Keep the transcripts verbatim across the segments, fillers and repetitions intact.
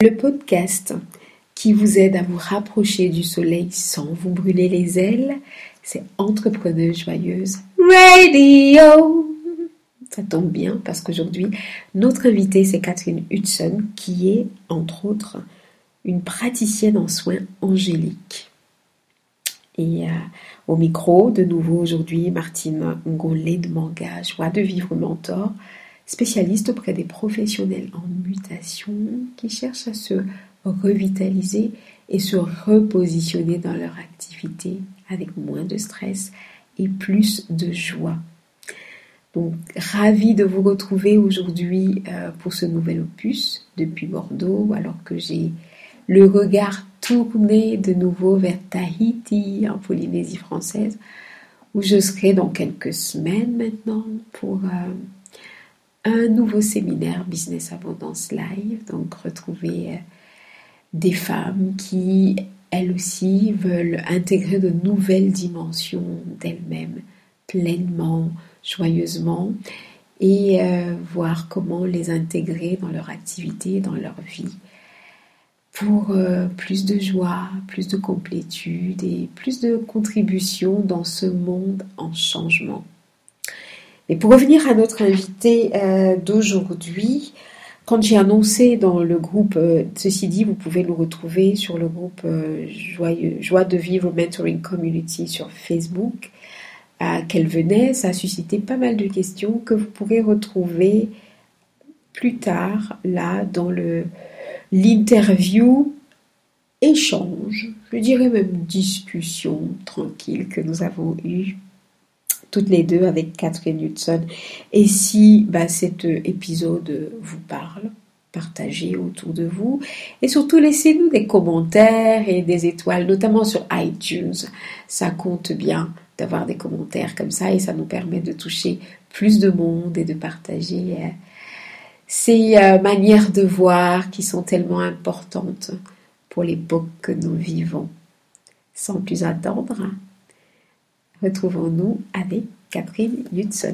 Le podcast qui vous aide à vous rapprocher du soleil sans vous brûler les ailes, c'est Entrepreneuse Joyeuse Radio. Ça tombe bien parce qu'aujourd'hui, notre invitée, c'est Catherine Hudson, qui est, entre autres, une praticienne en soins angéliques. Et euh, au micro, de nouveau aujourd'hui, Martine Ngolé de Manga, Joie de Vivre Mentor, spécialiste auprès des professionnels en mutation qui cherchent à se revitaliser et se repositionner dans leur activité avec moins de stress et plus de joie. Donc, ravie de vous retrouver aujourd'hui euh, pour ce nouvel opus depuis Bordeaux, alors que j'ai le regard tourné de nouveau vers Tahiti, en Polynésie française, où je serai dans quelques semaines maintenant pour euh, un nouveau séminaire Business Abondance Live. Donc, retrouver euh, des femmes qui, elles aussi, veulent intégrer de nouvelles dimensions d'elles-mêmes pleinement, joyeusement, et euh, voir comment les intégrer dans leur activité, dans leur vie, pour euh, plus de joie, plus de complétude et plus de contribution dans ce monde en changement. Et pour revenir à notre invité euh, d'aujourd'hui, quand j'ai annoncé dans le groupe, euh, ceci dit, vous pouvez nous retrouver sur le groupe euh, Joyeux, Joie de Vivre Mentoring Community sur Facebook, euh, qu'elle venait, ça a suscité pas mal de questions que vous pourrez retrouver plus tard, là, dans le l'interview échange, je dirais même discussion tranquille que nous avons eue toutes les deux avec Catherine Hudson. Et si bah, cet épisode vous parle, partagez autour de vous. Et surtout, laissez-nous des commentaires et des étoiles, notamment sur iTunes. Ça compte bien d'avoir des commentaires comme ça et ça nous permet de toucher plus de monde et de partager euh, ces euh, manières de voir qui sont tellement importantes pour l'époque que nous vivons. Sans plus attendre, retrouvons-nous avec Catherine Hudson.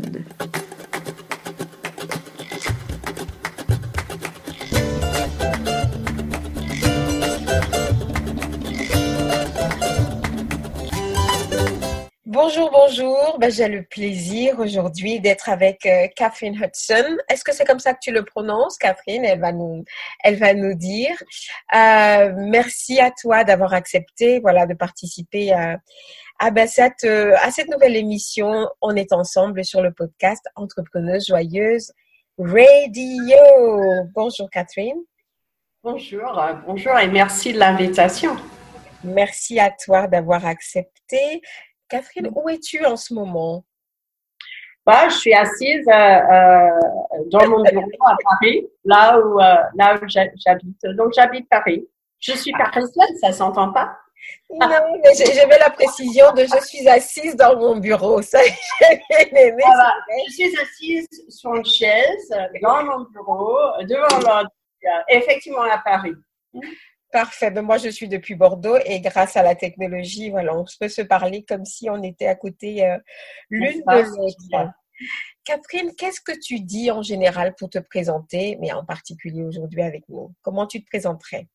Bonjour, bonjour. Ben, j'ai le plaisir aujourd'hui d'être avec euh, Catherine Hudson. Est-ce que c'est comme ça que tu le prononces, Catherine? Elle va nous, elle va nous dire. Euh, merci à toi d'avoir accepté, voilà, de participer à, à, ben, cette, euh, à cette nouvelle émission. On est ensemble sur le podcast Entrepreneuse Joyeuse Radio. Bonjour, Catherine. Bonjour, euh, bonjour et merci de l'invitation. Merci à toi d'avoir accepté. Catherine, où es-tu en ce moment? Bah, je suis assise euh, euh, dans mon bureau à Paris, là où, euh, là où j'habite. Donc, j'habite Paris. Je suis parisienne, ça s'entend pas? Non, mais j'avais la précision de je suis assise dans mon bureau. Ça, j'ai bien aimé. Voilà. Je suis assise sur une chaise dans mon bureau, devant l'ordinateur, effectivement à Paris. Parfait. Ben moi, je suis depuis Bordeaux et grâce à la technologie, voilà, on peut se parler comme si on était à côté euh, l'une de l'autre. Catherine, qu'est-ce que tu dis en général pour te présenter, mais en particulier aujourd'hui avec nous? Comment tu te présenterais?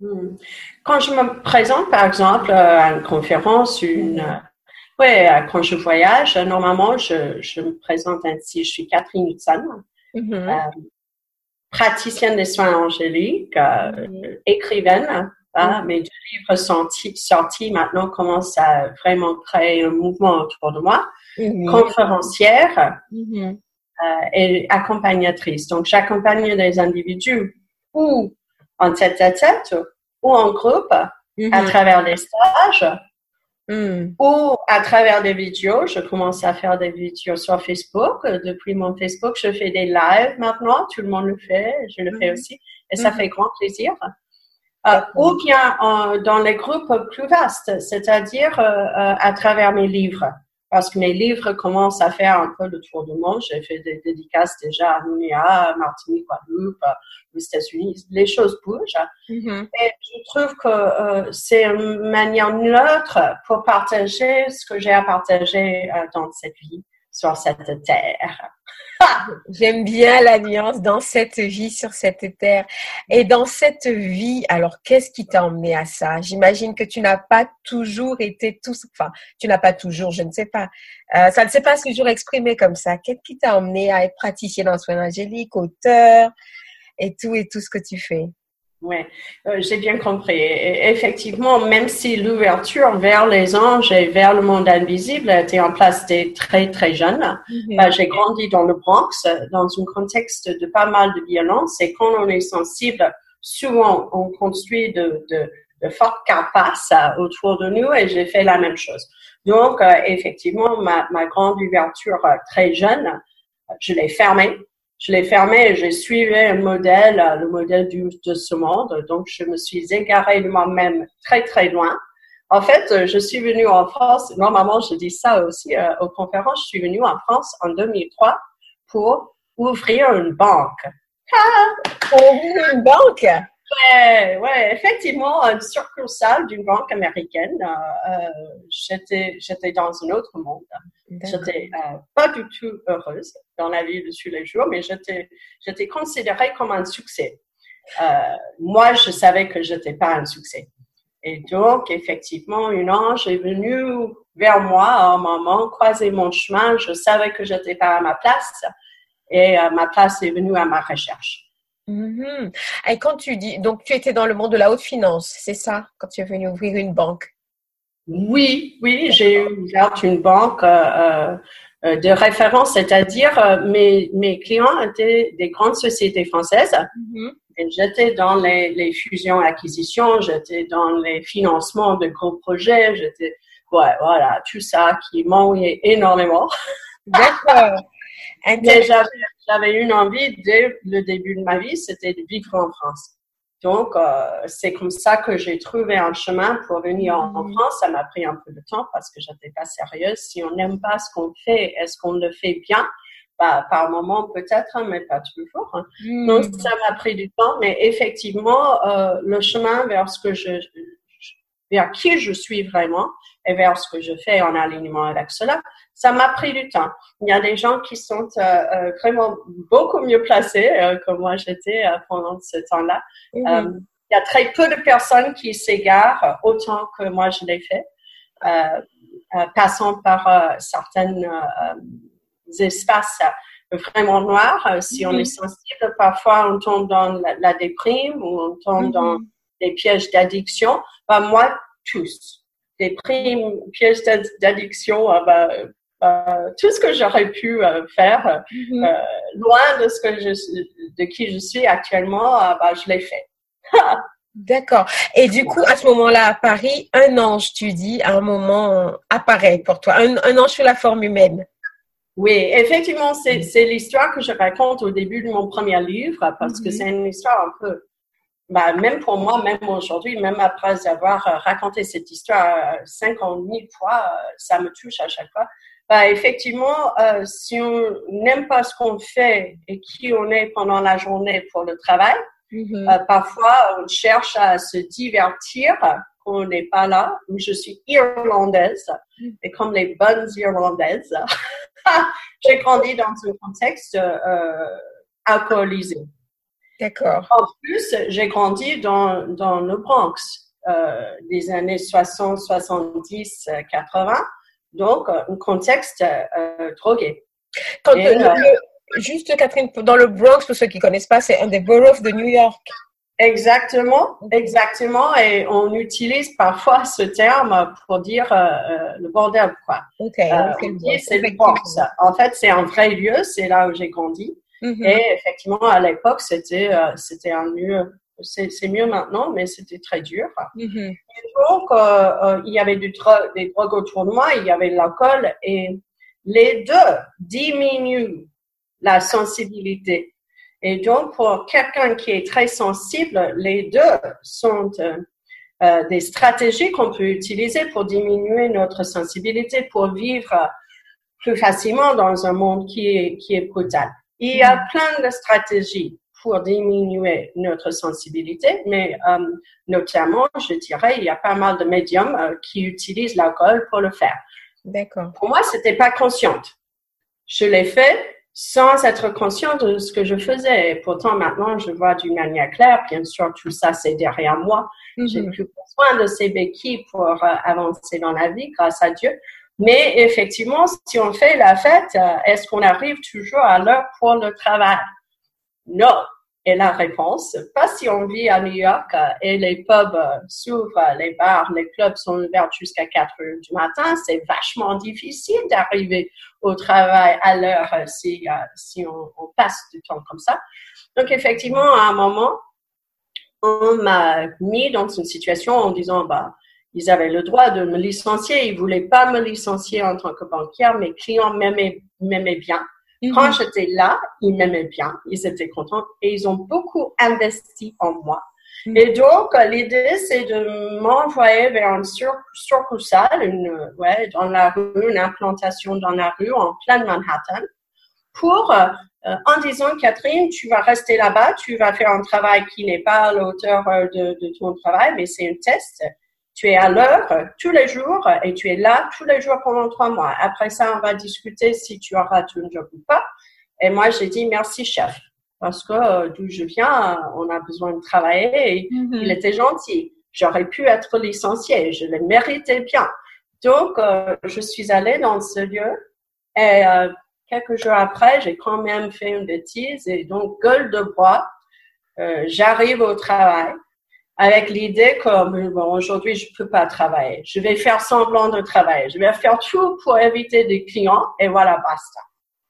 Quand je me présente, par exemple, à une conférence, une, mmh. ouais, quand je voyage, normalement, je, je me présente ainsi. Je suis Catherine Hudson. Mmh. Euh, praticienne des soins angéliques, euh, mmh. écrivaine. Hein, mmh. Mes deux livres sortis, sortis maintenant commencent à vraiment créer un mouvement autour de moi. Mmh. Conférencière mmh. euh, et accompagnatrice. Donc, j'accompagne des individus ou en tête-à-tête ou en groupe mmh. à travers des stages mmh. ou à travers des vidéos. Je commence à faire des vidéos sur Facebook. Depuis mon Facebook, je fais des lives maintenant. Tout le monde le fait. Je le mmh. fais aussi. Et ça mmh. fait grand plaisir. Euh, ou bien euh, dans les groupes plus vastes, c'est-à-dire euh, euh, à travers mes livres. Parce que mes livres commencent à faire un peu le tour du monde. J'ai fait des dédicaces déjà à Nouméa, Martinique, Guadeloupe, aux États-Unis. Les choses bougent. Mm-hmm. Et je trouve que euh, c'est une manière neutre pour partager ce que j'ai à partager euh, dans cette vie, sur cette terre. J'aime bien la nuance dans cette vie sur cette terre. Et dans cette vie, alors qu'est-ce qui t'a emmené à ça? J'imagine que tu n'as pas toujours été tout, enfin, tu n'as pas toujours, je ne sais pas. Euh, ça ne s'est pas toujours exprimé comme ça. Qu'est-ce qui t'a emmené à être praticien en soins angéliques, auteur et tout et tout ce que tu fais? Oui, euh, j'ai bien compris. Et effectivement, même si l'ouverture vers les anges et vers le monde invisible a été en place dès très, très jeune, mm-hmm. bah, j'ai grandi dans le Bronx, dans un contexte de pas mal de violence. Et quand on est sensible, souvent, on construit de, de, de fortes carapaces autour de nous et j'ai fait la même chose. Donc, euh, effectivement, ma, ma grande ouverture euh, très jeune, je l'ai fermée. Je l'ai fermé et j'ai suivi un modèle, le modèle du, de ce monde. Donc, je me suis égarée de moi-même très, très loin. En fait, je suis venue en France. Normalement, je dis ça aussi euh, aux conférences. Je suis venue en France en deux mille trois pour ouvrir une banque. Ouvrir une banque? Ouais, ouais, effectivement, une succursale d'une banque américaine. Euh, euh, j'étais, j'étais dans un autre monde. D'accord. J'étais euh, pas du tout heureuse dans la vie de tous les jours, mais j'étais, j'étais considérée comme un succès. Euh, moi, je savais que j'étais pas un succès. Et donc, effectivement, une ange est venue vers moi à un moment, croiser mon chemin. Je savais que j'étais pas à ma place et euh, ma place est venue à ma recherche. Mm-hmm. Et quand tu dis, donc tu étais dans le monde de la haute finance, c'est ça, quand tu es venu ouvrir une banque? Oui, oui, j'ai ouvert une banque euh, euh, de référence, c'est-à-dire euh, mes, mes clients étaient des grandes sociétés françaises. Mm-hmm. Et j'étais dans les, les fusions-acquisitions, j'étais dans les financements de gros projets, j'étais, ouais, voilà, tout ça qui m'ennuyait énormément. D'accord. Mais j'avais, j'avais une envie dès le début de ma vie, c'était de vivre en France. Donc, euh, c'est comme ça que j'ai trouvé un chemin pour venir en, en France. Ça m'a pris un peu de temps parce que j'étais pas sérieuse. Si on n'aime pas ce qu'on fait, est-ce qu'on le fait bien? Bah, par moment peut-être, mais pas toujours. Mm. Donc, ça m'a pris du temps. Mais effectivement, euh, le chemin vers ce que je, vers qui je suis vraiment et vers ce que je fais en alignement avec cela, ça m'a pris du temps. Il y a des gens qui sont euh, euh, vraiment beaucoup mieux placés euh, que moi j'étais euh, pendant ce temps-là. Mm-hmm. Euh, il y a très peu de personnes qui s'égarent autant que moi je l'ai fait, euh, euh, passant par euh, certaines euh, espaces vraiment noirs. Si mm-hmm. on est sensible, parfois on tombe dans la, la déprime ou on tombe mm-hmm. dans des pièges d'addiction. Ben, moi, tous. Des primes, pièges d'addiction, euh, ben, euh, tout ce que j'aurais pu euh, faire, mm-hmm. euh, loin de ce que je, de qui je suis actuellement, euh, ben, je l'ai fait. D'accord. Et du coup, à ce moment-là, à Paris, un ange, tu dis, à un moment, apparaît pour toi. Un, un ange sous la forme humaine. Oui, effectivement, c'est, c'est l'histoire que je raconte au début de mon premier livre, parce mm-hmm. que c'est une histoire un peu... Bah, même pour moi, même aujourd'hui, même après avoir raconté cette histoire cinquante mille fois, ça me touche à chaque fois. Bah, effectivement, euh, si on n'aime pas ce qu'on fait et qui on est pendant la journée pour le travail, mm-hmm. euh, parfois on cherche à se divertir quand on n'est pas là. Je suis irlandaise et comme les bonnes irlandaises, j'ai grandi dans un contexte euh, alcoolisé. D'accord. En plus, j'ai grandi dans, dans le Bronx, euh, des années soixante, soixante-dix, quatre-vingts. Donc, un contexte euh, drogué. Quand Et, le, euh, le, juste, Catherine, dans le Bronx, pour ceux qui ne connaissent pas, c'est un des boroughs de New York. Exactement, exactement. Et on utilise parfois ce terme pour dire euh, le bordel, quoi. Ok. Euh, on dit c'est le Bronx. En fait, c'est un vrai lieu, c'est là où j'ai grandi. Mm-hmm. Et effectivement, à l'époque, c'était euh, c'était un lieu, c'est, c'est mieux maintenant, mais c'était très dur. Mm-hmm. Et donc, euh, euh, il y avait du dro- des drogues autour de moi, il y avait de l'alcool, et les deux diminuent la sensibilité. Et donc, pour quelqu'un qui est très sensible, les deux sont euh, euh, des stratégies qu'on peut utiliser pour diminuer notre sensibilité, pour vivre plus facilement dans un monde qui est, qui est brutal. Il y a plein de stratégies pour diminuer notre sensibilité, mais euh, notamment, je dirais, il y a pas mal de médiums euh, qui utilisent l'alcool pour le faire. D'accord. Pour moi, c'était pas consciente. Je l'ai fait sans être conscient de ce que je faisais. Et pourtant, maintenant, je vois d'une manière claire. Bien sûr, tout ça, c'est derrière moi. Mm-hmm. J'ai plus besoin de ces béquilles pour euh, avancer dans la vie, grâce à Dieu. Mais effectivement, si on fait la fête, euh, est-ce qu'on arrive toujours à l'heure pour le travail? Non. Et la réponse, pas si on vit à New York euh, et les pubs euh, s'ouvrent, euh, les bars, les clubs sont ouverts jusqu'à quatre heures du matin. C'est vachement difficile d'arriver au travail à l'heure euh, si, euh, si on, on passe du temps comme ça. Donc, effectivement, à un moment, on m'a mis dans une situation en disant, bah, ils avaient le droit de me licencier. Ils voulaient pas me licencier en tant que banquière. Mes clients m'aimaient, m'aimaient bien. Mm-hmm. Quand j'étais là, ils m'aimaient bien. Ils étaient contents et ils ont beaucoup investi en moi. Mm-hmm. Et donc, l'idée, c'est de m'envoyer vers une sur- succursale, une, ouais, dans la rue, une implantation dans la rue, en plein Manhattan, pour, euh, en disant, Catherine, tu vas rester là-bas, tu vas faire un travail qui n'est pas à la hauteur de, de ton travail, mais c'est un test. Tu es à l'heure tous les jours et tu es là tous les jours pendant trois mois. Après ça, on va discuter si tu auras ton job ou pas. Et moi, j'ai dit merci, chef, parce que euh, d'où je viens, on a besoin de travailler. Et mm-hmm. il était gentil. J'aurais pu être licenciée. Je le méritais bien. Donc, euh, je suis allée dans ce lieu et euh, quelques jours après, j'ai quand même fait une bêtise et donc, gueule de bois, euh, j'arrive au travail. Avec l'idée que, bon, aujourd'hui, je peux pas travailler. Je vais faire semblant de travailler. Je vais faire tout pour éviter des clients et voilà, basta.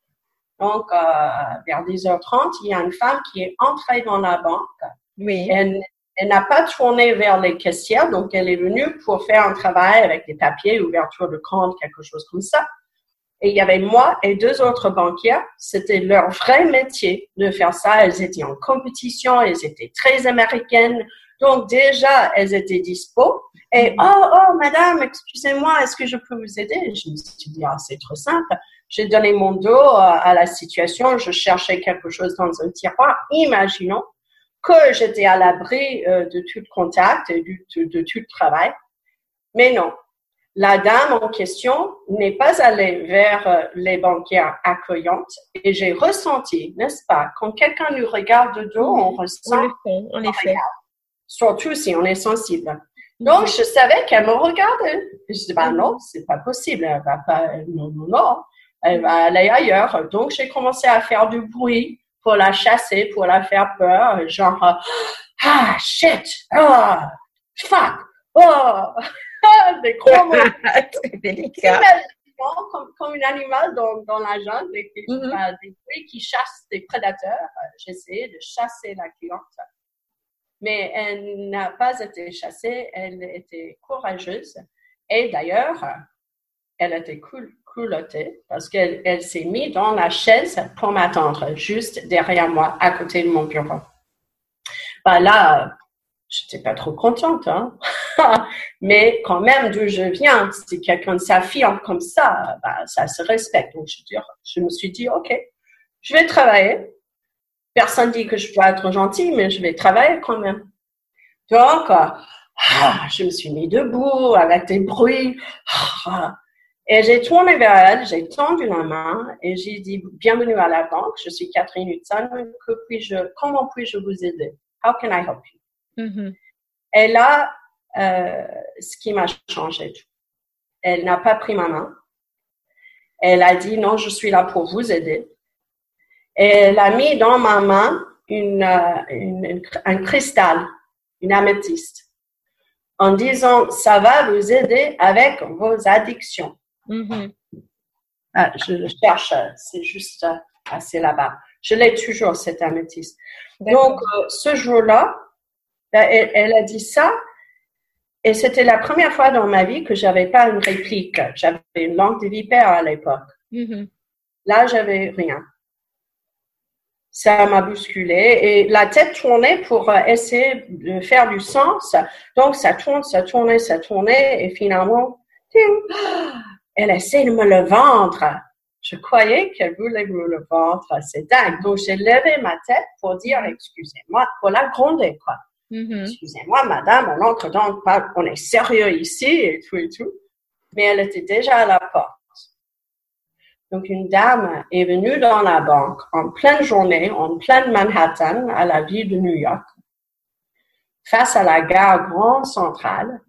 Donc, euh, vers dix heures trente, il y a une femme qui est entrée dans la banque. Oui. Elle, elle n'a pas tourné vers les caissières, donc elle est venue pour faire un travail avec des papiers, ouverture de compte, quelque chose comme ça. Et il y avait moi et deux autres banquières. C'était leur vrai métier de faire ça. Elles étaient en compétition, elles étaient très américaines. Donc, déjà, elles étaient dispo. Et, oh, oh, madame, excusez-moi, est-ce que je peux vous aider? Je me suis dit, ah, c'est trop simple. J'ai donné mon dos à la situation. Je cherchais quelque chose dans un tiroir. Imaginons que j'étais à l'abri de tout contact et de, de tout travail. Mais non. La dame en question n'est pas allée vers les banquières accueillantes et j'ai ressenti, n'est-ce pas, quand quelqu'un nous regarde de dos, on ressent. On le fait, en effet. Surtout si on est sensible. Donc, je savais qu'elle me regardait. Je dis, bah non, c'est pas possible. Elle va pas, non, non, non. Elle va aller ailleurs. Donc, j'ai commencé à faire du bruit pour la chasser, pour la faire peur. Genre, ah, shit, ah, fuck, oh, des gros mots. Très délicat. Comme, comme un animal dans, dans la jungle, des, mm-hmm. des bruits qui chassent des prédateurs. J'essayais de chasser la cliente. Mais elle n'a pas été chassée, elle était courageuse. Et d'ailleurs, elle était cool, culottée parce qu'elle elle s'est mise dans la chaise pour m'attendre, juste derrière moi, à côté de mon bureau. Bah là, j'étais pas trop contente, hein. Mais quand même, d'où je viens, si quelqu'un s'affirme comme ça, bah, ça se respecte. Donc, je, je me suis dit, OK, je vais travailler. Personne dit que je dois être gentille, mais je vais travailler quand même. Donc, ah, je me suis mis debout avec des bruits. Ah, et j'ai tourné vers elle, j'ai tendu la main et j'ai dit « Bienvenue à la banque, je suis Catherine Hudson. Que puis-je, comment puis-je vous aider? How can I help you? Mm-hmm. » Et là, euh, ce qui m'a changé tout. Elle n'a pas pris ma main. Elle a dit « Non, je suis là pour vous aider. » Et elle a mis dans ma main une, une, une, un cristal, une améthyste, en disant « Ça va vous aider avec vos addictions. Mm-hmm. » Ah, je cherche, c'est juste assez là-bas. Je l'ai toujours, cette améthyste. D'accord. Donc, euh, ce jour-là, elle, elle a dit ça, et c'était la première fois dans ma vie que j'avais pas une réplique. J'avais une langue de vipère à l'époque. Mm-hmm. Là, j'avais rien. Ça m'a bousculé et la tête tournait pour essayer de faire du sens. Donc, ça tourne, ça tournait, ça tournait et finalement, elle essaie de me le vendre. Je croyais qu'elle voulait me le vendre. C'est dingue. Donc, j'ai levé ma tête pour dire, excusez-moi, pour la gronder, quoi. Mm-hmm. Excusez-moi, madame, on entre dans, on est sérieux ici et tout et tout. Mais elle était déjà à la porte. Donc, une dame est venue dans la banque en pleine journée, en pleine Manhattan, à la ville de New York, face à la gare Grand Centrale.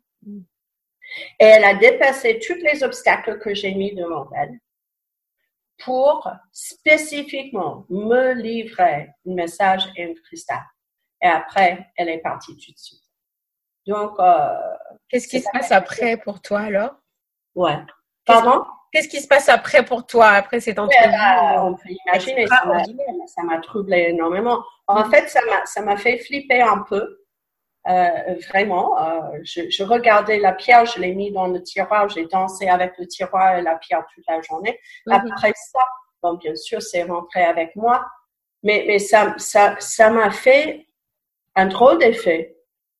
Et elle a dépassé tous les obstacles que j'ai mis devant elle pour spécifiquement me livrer un message et un cristal. Et après, elle est partie tout de suite. Donc, euh, qu'est-ce qui se passe après pour toi alors? Ouais. Pardon? Qu'est-ce qui se passe après pour toi, après cette entrevue? Ouais, bah, on peut imaginer, ça m'a, ça m'a troublé énormément. En fait, ça m'a, ça m'a fait flipper un peu. Euh, vraiment, euh, je, je regardais la pierre, je l'ai mis dans le tiroir, j'ai dansé avec le tiroir et la pierre toute la journée. Mm-hmm. Après ça, bon, bien sûr, c'est rentré avec moi, mais, mais ça, ça, ça m'a fait un drôle d'effet.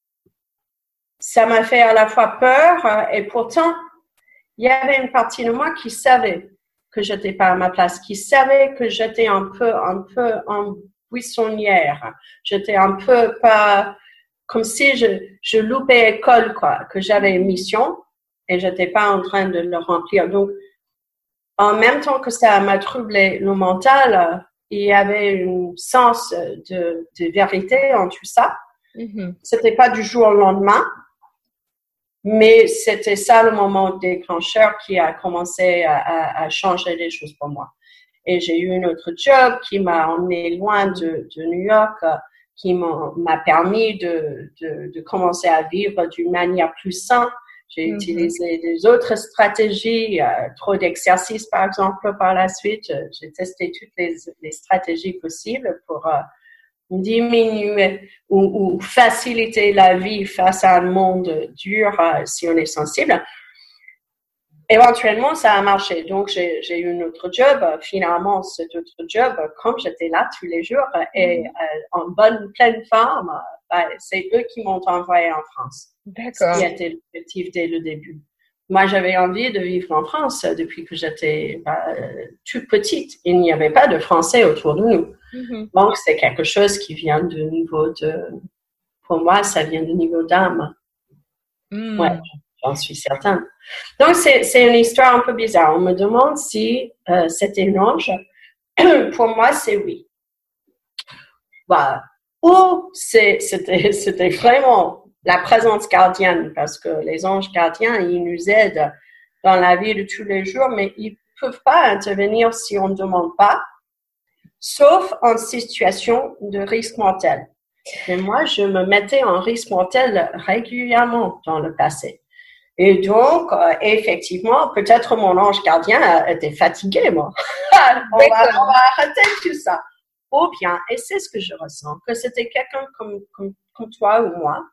Ça m'a fait à la fois peur euh, et pourtant, il y avait une partie de moi qui savait que j'étais pas à ma place, qui savait que j'étais un peu, un peu en buissonnière. J'étais un peu pas, comme si je, je loupais école, quoi, que j'avais une mission et j'étais pas en train de le remplir. Donc, en même temps que ça m'a troublé le mental, il y avait un sens de, de vérité en tout ça. Mm-hmm. C'était pas du jour au lendemain, mais c'était ça le moment déclencheur qui a commencé à, à, à changer les choses pour moi. Et j'ai eu un autre job qui m'a emmené loin de, de New York, qui m'a permis de, de, de commencer à vivre d'une manière plus saine. J'ai mm-hmm. utilisé des autres stratégies, euh, trop d'exercices par exemple par la suite. J'ai testé toutes les, les stratégies possibles pour euh, diminuer ou, ou faciliter la vie face à un monde dur euh, si on est sensible. Éventuellement, ça a marché. Donc, j'ai, j'ai eu un autre job. Finalement, cet autre job, comme j'étais là tous les jours et euh, en bonne, pleine forme, ben, c'est eux qui m'ont envoyé en France. D'accord. Ce qui était l'objectif dès le début. Moi, j'avais envie de vivre en France depuis que j'étais ben, toute petite. Il n'y avait pas de Français autour de nous. Mm-hmm. Donc, c'est quelque chose qui vient du niveau de... Pour moi, ça vient du niveau d'âme. Mm. Ouais. J'en suis certaine. Donc, c'est, c'est une histoire un peu bizarre. On me demande si euh, c'était un ange. Pour moi, c'est oui. Bah, ou c'est, c'était, c'était vraiment la présence gardienne, parce que les anges gardiens, ils nous aident dans la vie de tous les jours, mais ils ne peuvent pas intervenir si on ne demande pas, sauf en situation de risque mortel. Et moi, je me mettais en risque mortel régulièrement dans le passé. Et donc, euh, effectivement, peut-être mon ange gardien était fatigué, moi. on, va, on va arrêter tout ça. Ou bien, et c'est ce que je ressens, que c'était quelqu'un comme, comme, comme toi ou moi,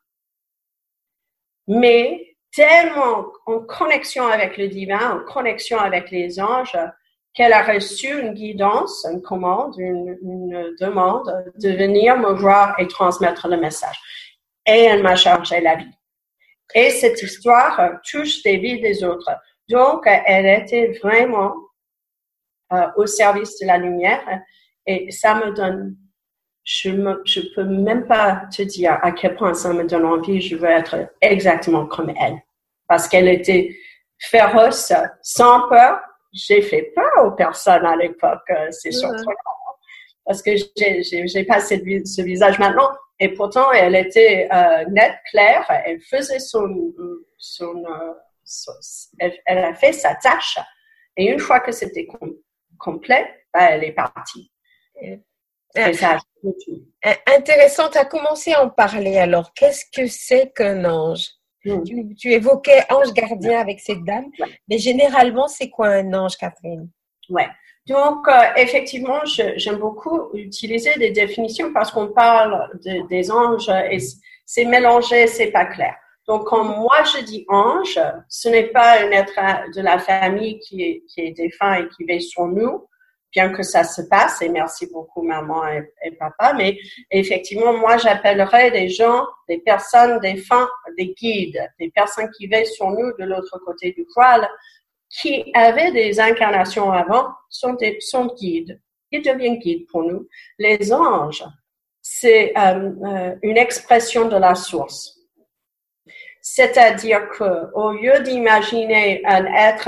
mais tellement en connexion avec le divin, en connexion avec les anges, qu'elle a reçu une guidance, une commande, une, une demande de venir me voir et transmettre le message. Et elle m'a changé la vie. Et cette histoire touche les vies des autres. Donc, elle était vraiment euh, au service de la lumière. Et ça me donne, je me, je peux même pas te dire à quel point ça me donne envie. Je veux être exactement comme elle. Parce qu'elle était féroce, sans peur. J'ai fait peur aux personnes à l'époque. C'est surtout parce que j'ai, j'ai, j'ai pas ce, ce visage maintenant. Et pourtant, elle était euh, nette, claire. Elle faisait son, son, euh, son elle, elle a fait sa tâche. Et une fois que c'était com- complet, ben, elle est partie. Et, et ça a tout. Intéressant, tu as commencé à en parler. Alors, qu'est-ce que c'est qu'un ange? Mmh. tu, tu évoquais ange gardien avec cette dame. Ouais. Mais généralement, c'est quoi un ange, Catherine? Ouais. Donc, euh, effectivement, je, j'aime beaucoup utiliser des définitions parce qu'on parle de, des anges et c'est mélangé, c'est pas clair. Donc, quand moi je dis ange, ce n'est pas un être de la famille qui est, qui est défunt et qui veille sur nous, bien que ça se passe, et merci beaucoup maman et, et papa, mais effectivement, moi j'appellerais des gens, des personnes défunts, des guides, des personnes qui veillent sur nous de l'autre côté du voile, qui avaient des incarnations avant, sont, des, sont guides. Ils deviennent guides pour nous. Les anges, c'est euh, euh, une expression de la source. C'est-à-dire que, au lieu d'imaginer un être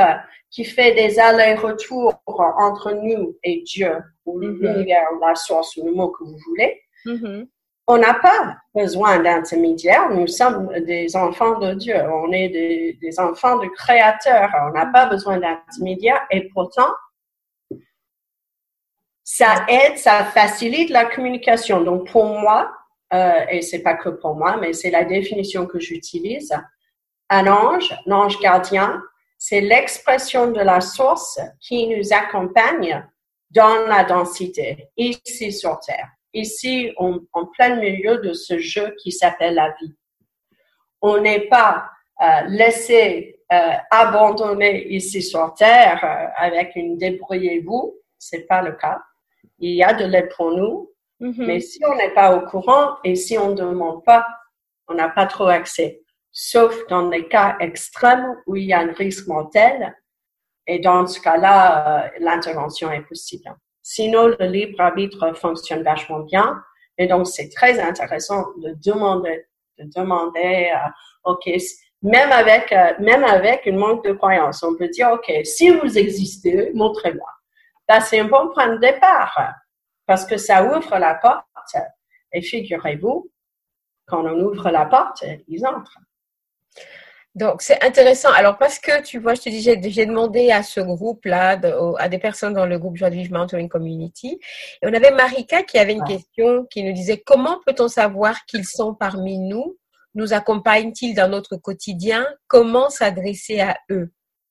qui fait des allers-retours entre nous et Dieu, ou mm-hmm. l'univers, la source, ou le mot que vous voulez. Mm-hmm. On n'a pas besoin d'intermédiaire. Nous sommes des enfants de Dieu. On est des, des enfants du Créateur. On n'a pas besoin d'intermédiaire. Et pourtant, ça aide, ça facilite la communication. Donc, pour moi, euh, et c'est pas que pour moi, mais c'est la définition que j'utilise, un ange, l'ange gardien, c'est l'expression de la source qui nous accompagne dans la densité, ici sur Terre. Ici, on, en plein milieu de ce jeu qui s'appelle la vie. On n'est pas euh, laissé euh, abandonné ici sur Terre euh, avec une débrouillez-vous. C'est pas le cas. Il y a de l'aide pour nous, mm-hmm. mais si on n'est pas au courant et si on ne demande pas, on n'a pas trop accès. Sauf dans les cas extrêmes où il y a un risque mortel. Et dans ce cas-là, euh, l'intervention est possible. Sinon, le libre arbitre fonctionne vachement bien. Et donc, c'est très intéressant de demander, de demander, euh, OK, même avec, euh, même avec une manque de croyance, on peut dire, OK, si vous existez, montrez-moi. Là, c'est un bon point de départ parce que ça ouvre la porte. Et figurez-vous, quand on ouvre la porte, ils entrent. Donc, c'est intéressant. Alors, parce que, tu vois, je te dis, j'ai, j'ai demandé à ce groupe-là, de, à des personnes dans le groupe Joie de Vivre Mentoring Community, et on avait Marika qui avait une ouais. question qui nous disait, comment peut-on savoir qu'ils sont parmi nous? Nous accompagnent-ils dans notre quotidien? Comment s'adresser à eux?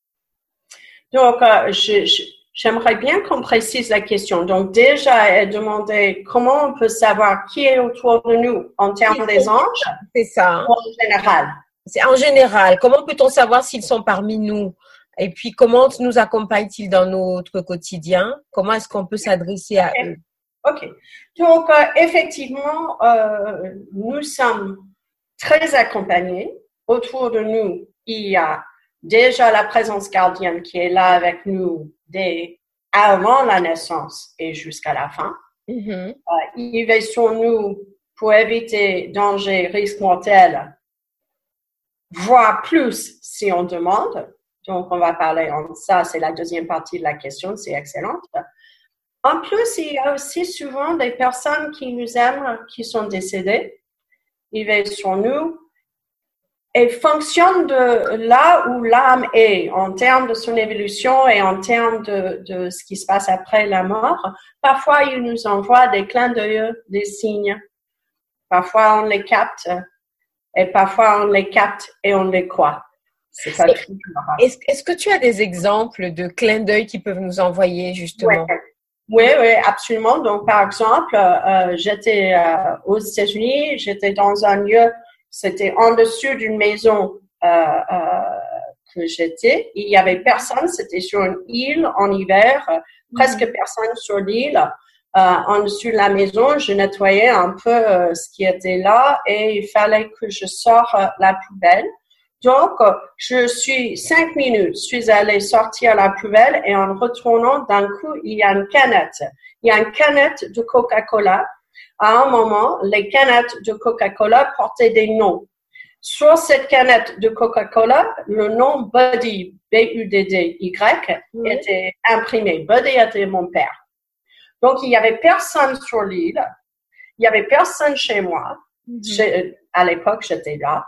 Donc, euh, je, je, j'aimerais bien qu'on précise la question. Donc, déjà, elle demandait comment on peut savoir qui est autour de nous en termes des anges? C'est ça. Ou en général? C'est en général. Comment peut-on savoir s'ils sont parmi nous? Et puis, comment nous accompagnent-ils dans notre quotidien? Comment est-ce qu'on peut s'adresser à okay. eux? OK. Donc, euh, effectivement, euh, nous sommes très accompagnés. Autour de nous, il y a déjà la présence gardienne qui est là avec nous dès avant la naissance et jusqu'à la fin. Mm-hmm. Euh, il veille sur nous pour éviter danger, risque mortel, voire plus si on demande. Donc, on va parler en ça, c'est la deuxième partie de la question, c'est excellent. En plus, il y a aussi souvent des personnes qui nous aiment, qui sont décédées. Ils veillent sur nous et fonctionnent de là où l'âme est, en termes de son évolution et en termes de, de ce qui se passe après la mort. Parfois, ils nous envoient des clins d'œil, des signes. Parfois, on les capte. Et parfois, on les capte et on les croit. C'est pas est, est-ce, est-ce que tu as des exemples de clins d'œil qui peuvent nous envoyer, justement? Oui, oui, oui, absolument. Donc, par exemple, euh, j'étais euh, aux États-Unis, j'étais dans un lieu, c'était en dessus d'une maison euh, euh, que j'étais. Il y avait personne, c'était sur une île en hiver, euh, mm-hmm. presque personne sur l'île. Euh, en dessus de la maison, je nettoyais un peu euh, ce qui était là et il fallait que je sorte euh, la poubelle. Donc, euh, je suis cinq minutes, je suis allée sortir la poubelle et en retournant, d'un coup, il y a une canette. Il y a une canette de Coca-Cola. À un moment, les canettes de Coca-Cola portaient des noms. Sur cette canette de Coca-Cola, le nom Buddy, B U D D Y, oui. était imprimé. Buddy était mon père. Donc, il y avait personne sur l'île. Il y avait personne chez moi. Mm-hmm. Chez, à l'époque, j'étais là.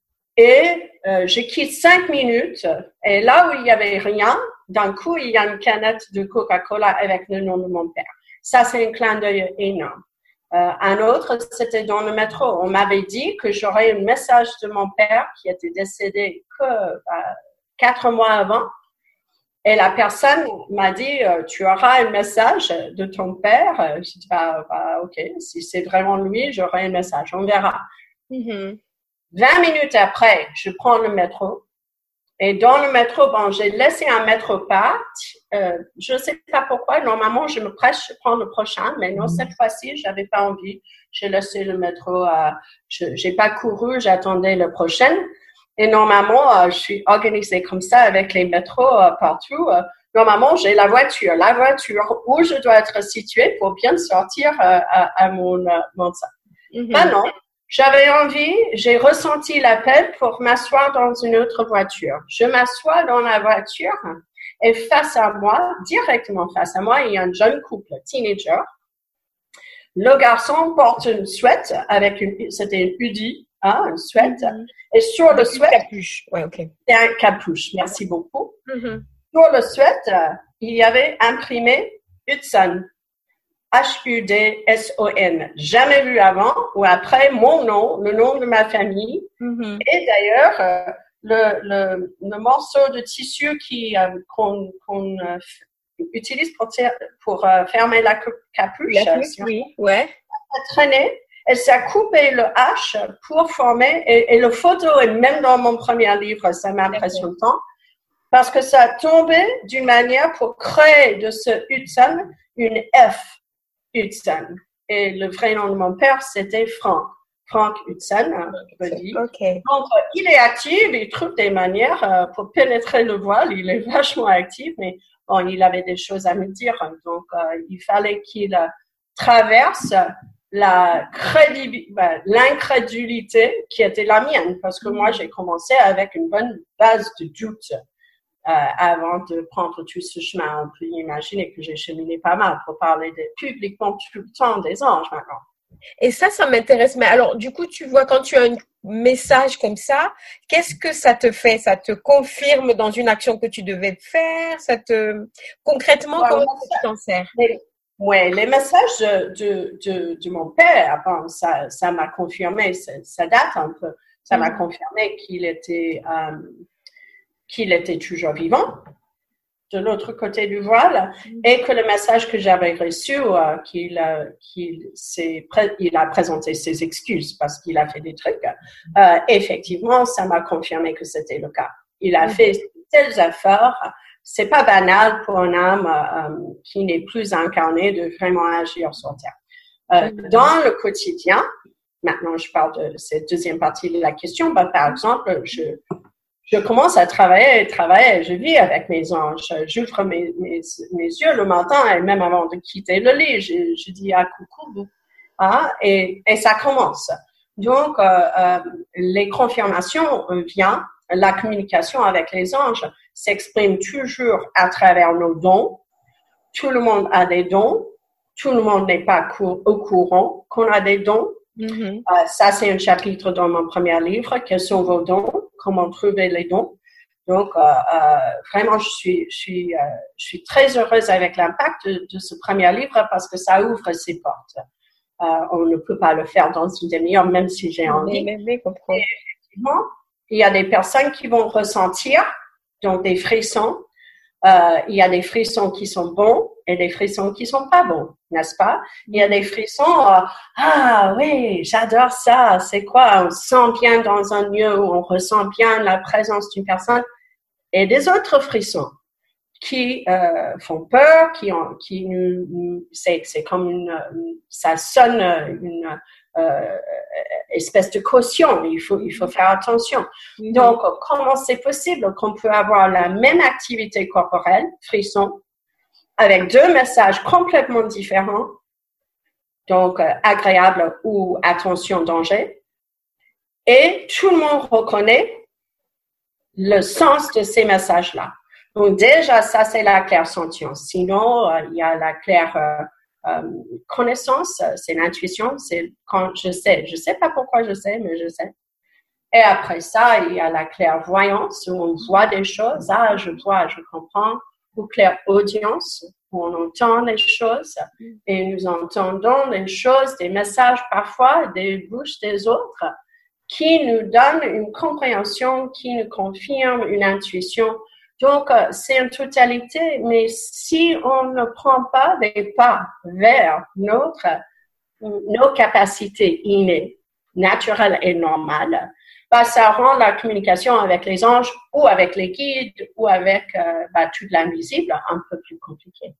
Et euh, je quitte cinq minutes. Et là où il n'y avait rien, d'un coup, il y a une canette de Coca-Cola avec le nom de mon père. Ça, c'est un clin d'œil énorme. Euh, un autre, c'était dans le métro. On m'avait dit que j'aurais un message de mon père qui était décédé que euh, quatre mois avant. Et la personne m'a dit, euh, tu auras un message de ton père. J'ai dit, bah, bah, OK, si c'est vraiment lui, j'aurai un message, on verra. Mm-hmm. vingt minutes après, je prends le métro. Et dans le métro, bon, j'ai laissé un métro part. Euh, je ne sais pas pourquoi. Normalement, je me presse, je prends le prochain. Mais non, cette fois-ci, j'avais pas envie. J'ai laissé le métro. Euh, je j'ai pas couru, j'attendais le prochain. Et normalement, euh, je suis organisée comme ça avec les métros euh, partout. Euh, normalement, j'ai la voiture. La voiture où je dois être située pour bien sortir euh, à, à mon, euh, mon mm-hmm. Ben non. J'avais envie, j'ai ressenti l'appel pour m'asseoir dans une autre voiture. Je m'assois dans la voiture Et face à moi, directement face à moi, il y a un jeune couple, teenager. Le garçon porte une sweat avec une, c'était une hoodie, hein, une sweat. Mm-hmm. Et sur avec le sweat, capuche. Ouais, ok. C'est un capuche. Merci beaucoup. Mm-hmm. Sur le sweat, il y avait imprimé Hudson. H U D S O N. Jamais vu avant ou après mon nom, le nom de ma famille. Mm-hmm. Et d'ailleurs, euh, le, le, le morceau de tissu qui, euh, qu'on, qu'on euh, utilise pour, pour euh, fermer la capuche. La capuche, oui, ouais. Elle a traîné, elle s'est coupé le H pour former, et, et le photo est même dans mon premier livre, ça m'impressionne tant, parce que ça a tombé d'une manière pour créer de ce Hudson une F. Hudson. Et le vrai nom de mon père, c'était Frank. Frank Hudson, je veux dire. Okay. Donc, il est actif, il trouve des manières euh, pour pénétrer le voile, il est vachement actif, mais bon, il avait des choses à me dire. Donc, euh, il fallait qu'il euh, traverse la crédibilité, ben, l'incrédulité qui était la mienne, parce que moi, j'ai commencé avec une bonne base de doute. Euh, avant de prendre tout ce chemin, on peut imaginer que j'ai cheminé pas mal pour parler de, publiquement tout le temps des anges maintenant. Et ça, ça m'intéresse. Mais alors, du coup, tu vois, quand tu as un message comme ça, qu'est-ce que ça te fait? Ça te confirme dans une action que tu devais faire? Ça te concrètement, ouais, comment tu t'en sers? Oui, les messages de, de, de, de mon père, bon, ça, ça m'a confirmé, ça, ça date un peu, ça m'a mmh. confirmé qu'il était euh, qu'il était toujours vivant de l'autre côté du voile et que le message que j'avais reçu, euh, qu'il, euh, qu'il s'est pré- il a présenté ses excuses parce qu'il a fait des trucs, euh, effectivement, ça m'a confirmé que c'était le cas. Il a fait telles affaires, c'est pas banal pour un âme euh, qui n'est plus incarné de vraiment agir sur Terre. Euh, dans le quotidien, maintenant je parle de cette deuxième partie de la question, bah, par exemple, je Je commence à travailler, travailler, je vis avec mes anges. J'ouvre mes, mes, mes yeux le matin et même avant de quitter le lit, je, je dis ah coucou, ah, et, et ça commence. Donc, euh, euh, les confirmations viennent, la communication avec les anges s'exprime toujours à travers nos dons. Tout le monde a des dons. Tout le monde n'est pas cou- au courant qu'on a des dons. Mm-hmm. Euh, ça, c'est un chapitre dans mon premier livre. Quels sont vos dons? Comment trouver les dons? Donc, euh, euh, vraiment, je suis, je suis, euh, je suis très heureuse avec l'impact de, de ce premier livre parce que ça ouvre ses portes. Euh, on ne peut pas le faire dans une demi-heure, même si j'ai envie. Mais, mais, mais, Et effectivement, il y a des personnes qui vont ressentir donc des frissons. Euh, il y a des frissons qui sont bons et des frissons qui sont pas bons, n'est-ce pas? Il y a des frissons, euh, ah oui, j'adore ça, c'est quoi? On se sent bien dans un lieu où on ressent bien la présence d'une personne, et des autres frissons qui euh, font peur, qui ont, qui nous, c'est, c'est comme une, ça sonne une euh, espèce de caution. Il faut, il faut faire attention. Mm-hmm. Donc, comment c'est possible qu'on peut avoir la même activité corporelle, frisson, avec deux messages complètement différents, donc euh, agréable ou attention, danger, et tout le monde reconnaît le sens de ces messages-là. Donc déjà, ça c'est la clairsentience. Sinon, euh, il y a la claire euh, euh, connaissance, c'est l'intuition, c'est quand je sais. Je sais pas pourquoi je sais, mais je sais. Et après ça, il y a la clairvoyance où on voit des choses. Ah, je vois, je comprends. Ou clairaudience où on entend les choses et nous entendons les choses, des messages parfois des bouches des autres qui nous donnent une compréhension, qui nous confirme une intuition. Donc, c'est une totalité, mais si on ne prend pas des pas vers notre, nos capacités innées, naturelles et normales, bah, ça rend la communication avec les anges ou avec les guides ou avec euh, bah, tout l'invisible un peu plus compliqué.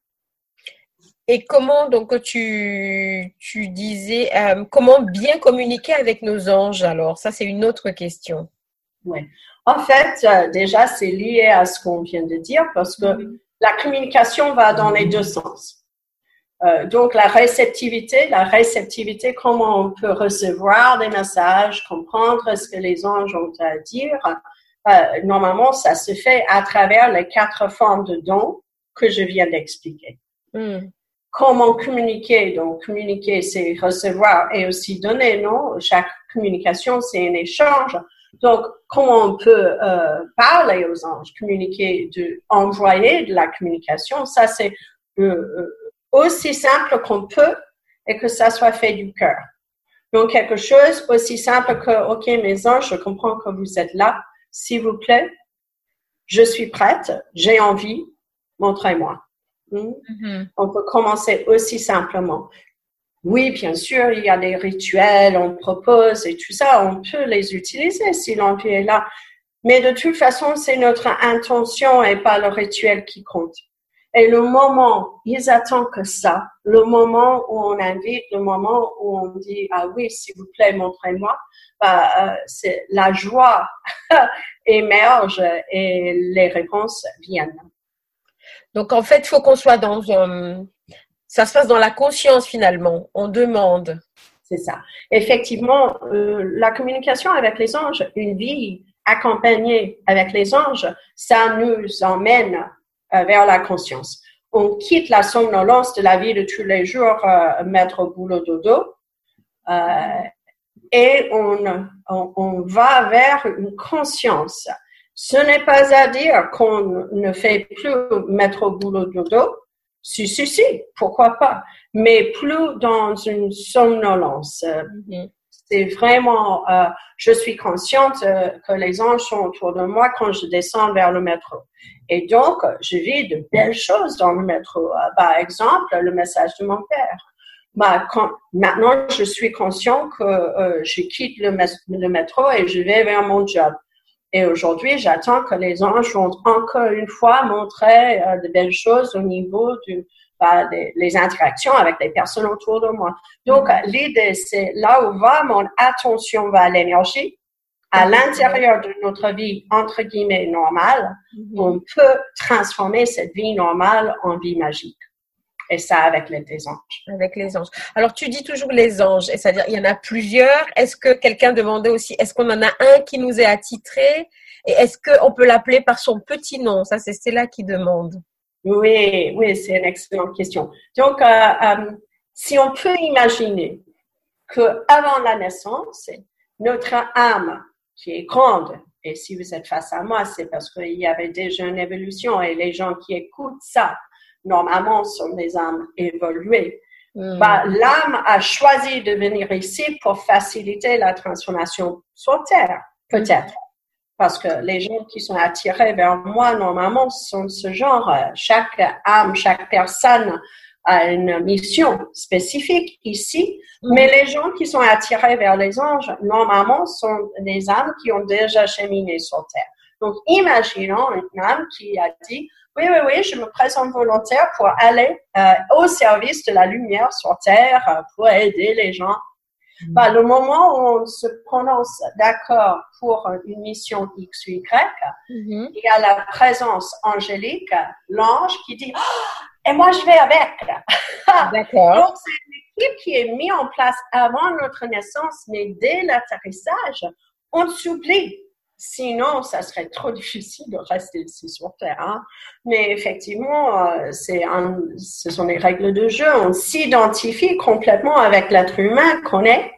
Et comment, donc, tu, tu disais, euh, comment bien communiquer avec nos anges alors? Ça, c'est une autre question. Oui. En fait, euh, déjà, c'est lié à ce qu'on vient de dire parce que mm-hmm. la communication va dans les deux sens. Euh, donc, la réceptivité, la réceptivité, comment on peut recevoir des messages, comprendre ce que les anges ont à dire, Euh, normalement, ça se fait à travers les quatre formes de dons que je viens d'expliquer. Mm. Comment communiquer? Donc, communiquer, c'est recevoir et aussi donner, non? Chaque communication, c'est un échange. Donc, comment on peut euh, parler aux anges, communiquer, de, envoyer de la communication, ça c'est euh, aussi simple qu'on peut et que ça soit fait du cœur. Donc, quelque chose aussi simple que, OK, mes anges, je comprends que vous êtes là, s'il vous plaît, je suis prête, j'ai envie, montrez-moi. Hmm? Mm-hmm. On peut commencer aussi simplement. Oui, bien sûr, il y a des rituels, on propose et tout ça, on peut les utiliser si l'envie est là. Mais de toute façon, c'est notre intention et pas le rituel qui compte. Et le moment, ils attendent que ça, le moment où on invite, le moment où on dit « Ah oui, s'il vous plaît, montrez-moi bah, euh, », c'est la joie émerge et les réponses viennent. Donc, en fait, il faut qu'on soit dans un... Ça se passe dans la conscience, finalement. On demande. C'est ça. Effectivement, euh, la communication avec les anges, une vie accompagnée avec les anges, ça nous emmène euh, vers la conscience. On quitte la somnolence de la vie de tous les jours, euh, mettre au boulot dodo, euh, et on, on, on va vers une conscience. Ce n'est pas à dire qu'on ne fait plus mettre au boulot dodo. Si, si, si, pourquoi pas, mais plus dans une somnolence. Mm-hmm. C'est vraiment, euh, je suis consciente euh, que les anges sont autour de moi quand je descends vers le métro. Et donc, je vis de belles choses dans le métro. Euh, par exemple, le message de mon père. Bah, quand, maintenant, je suis consciente que euh, je quitte le, le métro et je vais vers mon job. Et aujourd'hui, j'attends que les anges vont encore une fois montrer euh, de belles choses au niveau du, bah, des les interactions avec les personnes autour de moi. Donc, mm-hmm. l'idée, c'est là où va mon attention va l'énergie, à mm-hmm. l'intérieur de notre vie, entre guillemets, normale, mm-hmm. on peut transformer cette vie normale en vie magique. Et ça, avec les, les anges. Avec les anges. Alors, tu dis toujours les anges, c'est-à-dire il y en a plusieurs. Est-ce que quelqu'un demandait aussi, est-ce qu'on en a un qui nous est attitré? Et est-ce qu'on peut l'appeler par son petit nom? Ça, c'est Stella qui demande. Oui, oui, c'est une excellente question. Donc, euh, euh, si on peut imaginer qu'avant la naissance, notre âme, qui est grande, et si vous êtes face à moi, c'est parce qu'il y avait déjà une évolution et les gens qui écoutent ça, normalement, sont des âmes évoluées. Mm. Bah, l'âme a choisi de venir ici pour faciliter la transformation sur Terre, peut-être. Parce que les gens qui sont attirés vers moi, normalement, sont ce genre. Chaque âme, chaque personne a une mission spécifique ici. Mm. Mais les gens qui sont attirés vers les anges, normalement, sont des âmes qui ont déjà cheminé sur Terre. Donc, imaginons une âme qui a dit oui, oui, oui, je me présente volontaire pour aller euh, au service de la lumière sur Terre, euh, pour aider les gens. Mmh. Bah, le moment où on se prononce d'accord pour une mission X ou Y, mmh. il y a la présence angélique, l'ange qui dit oh, « et moi je vais avec ». D'accord. Donc, c'est une équipe qui est mise en place avant notre naissance, mais dès l'atterrissage, on s'oublie. Sinon, ça serait trop difficile de rester ici sur Terre. Hein. Mais effectivement, euh, c'est un, ce sont les règles de jeu. On s'identifie complètement avec l'être humain qu'on est.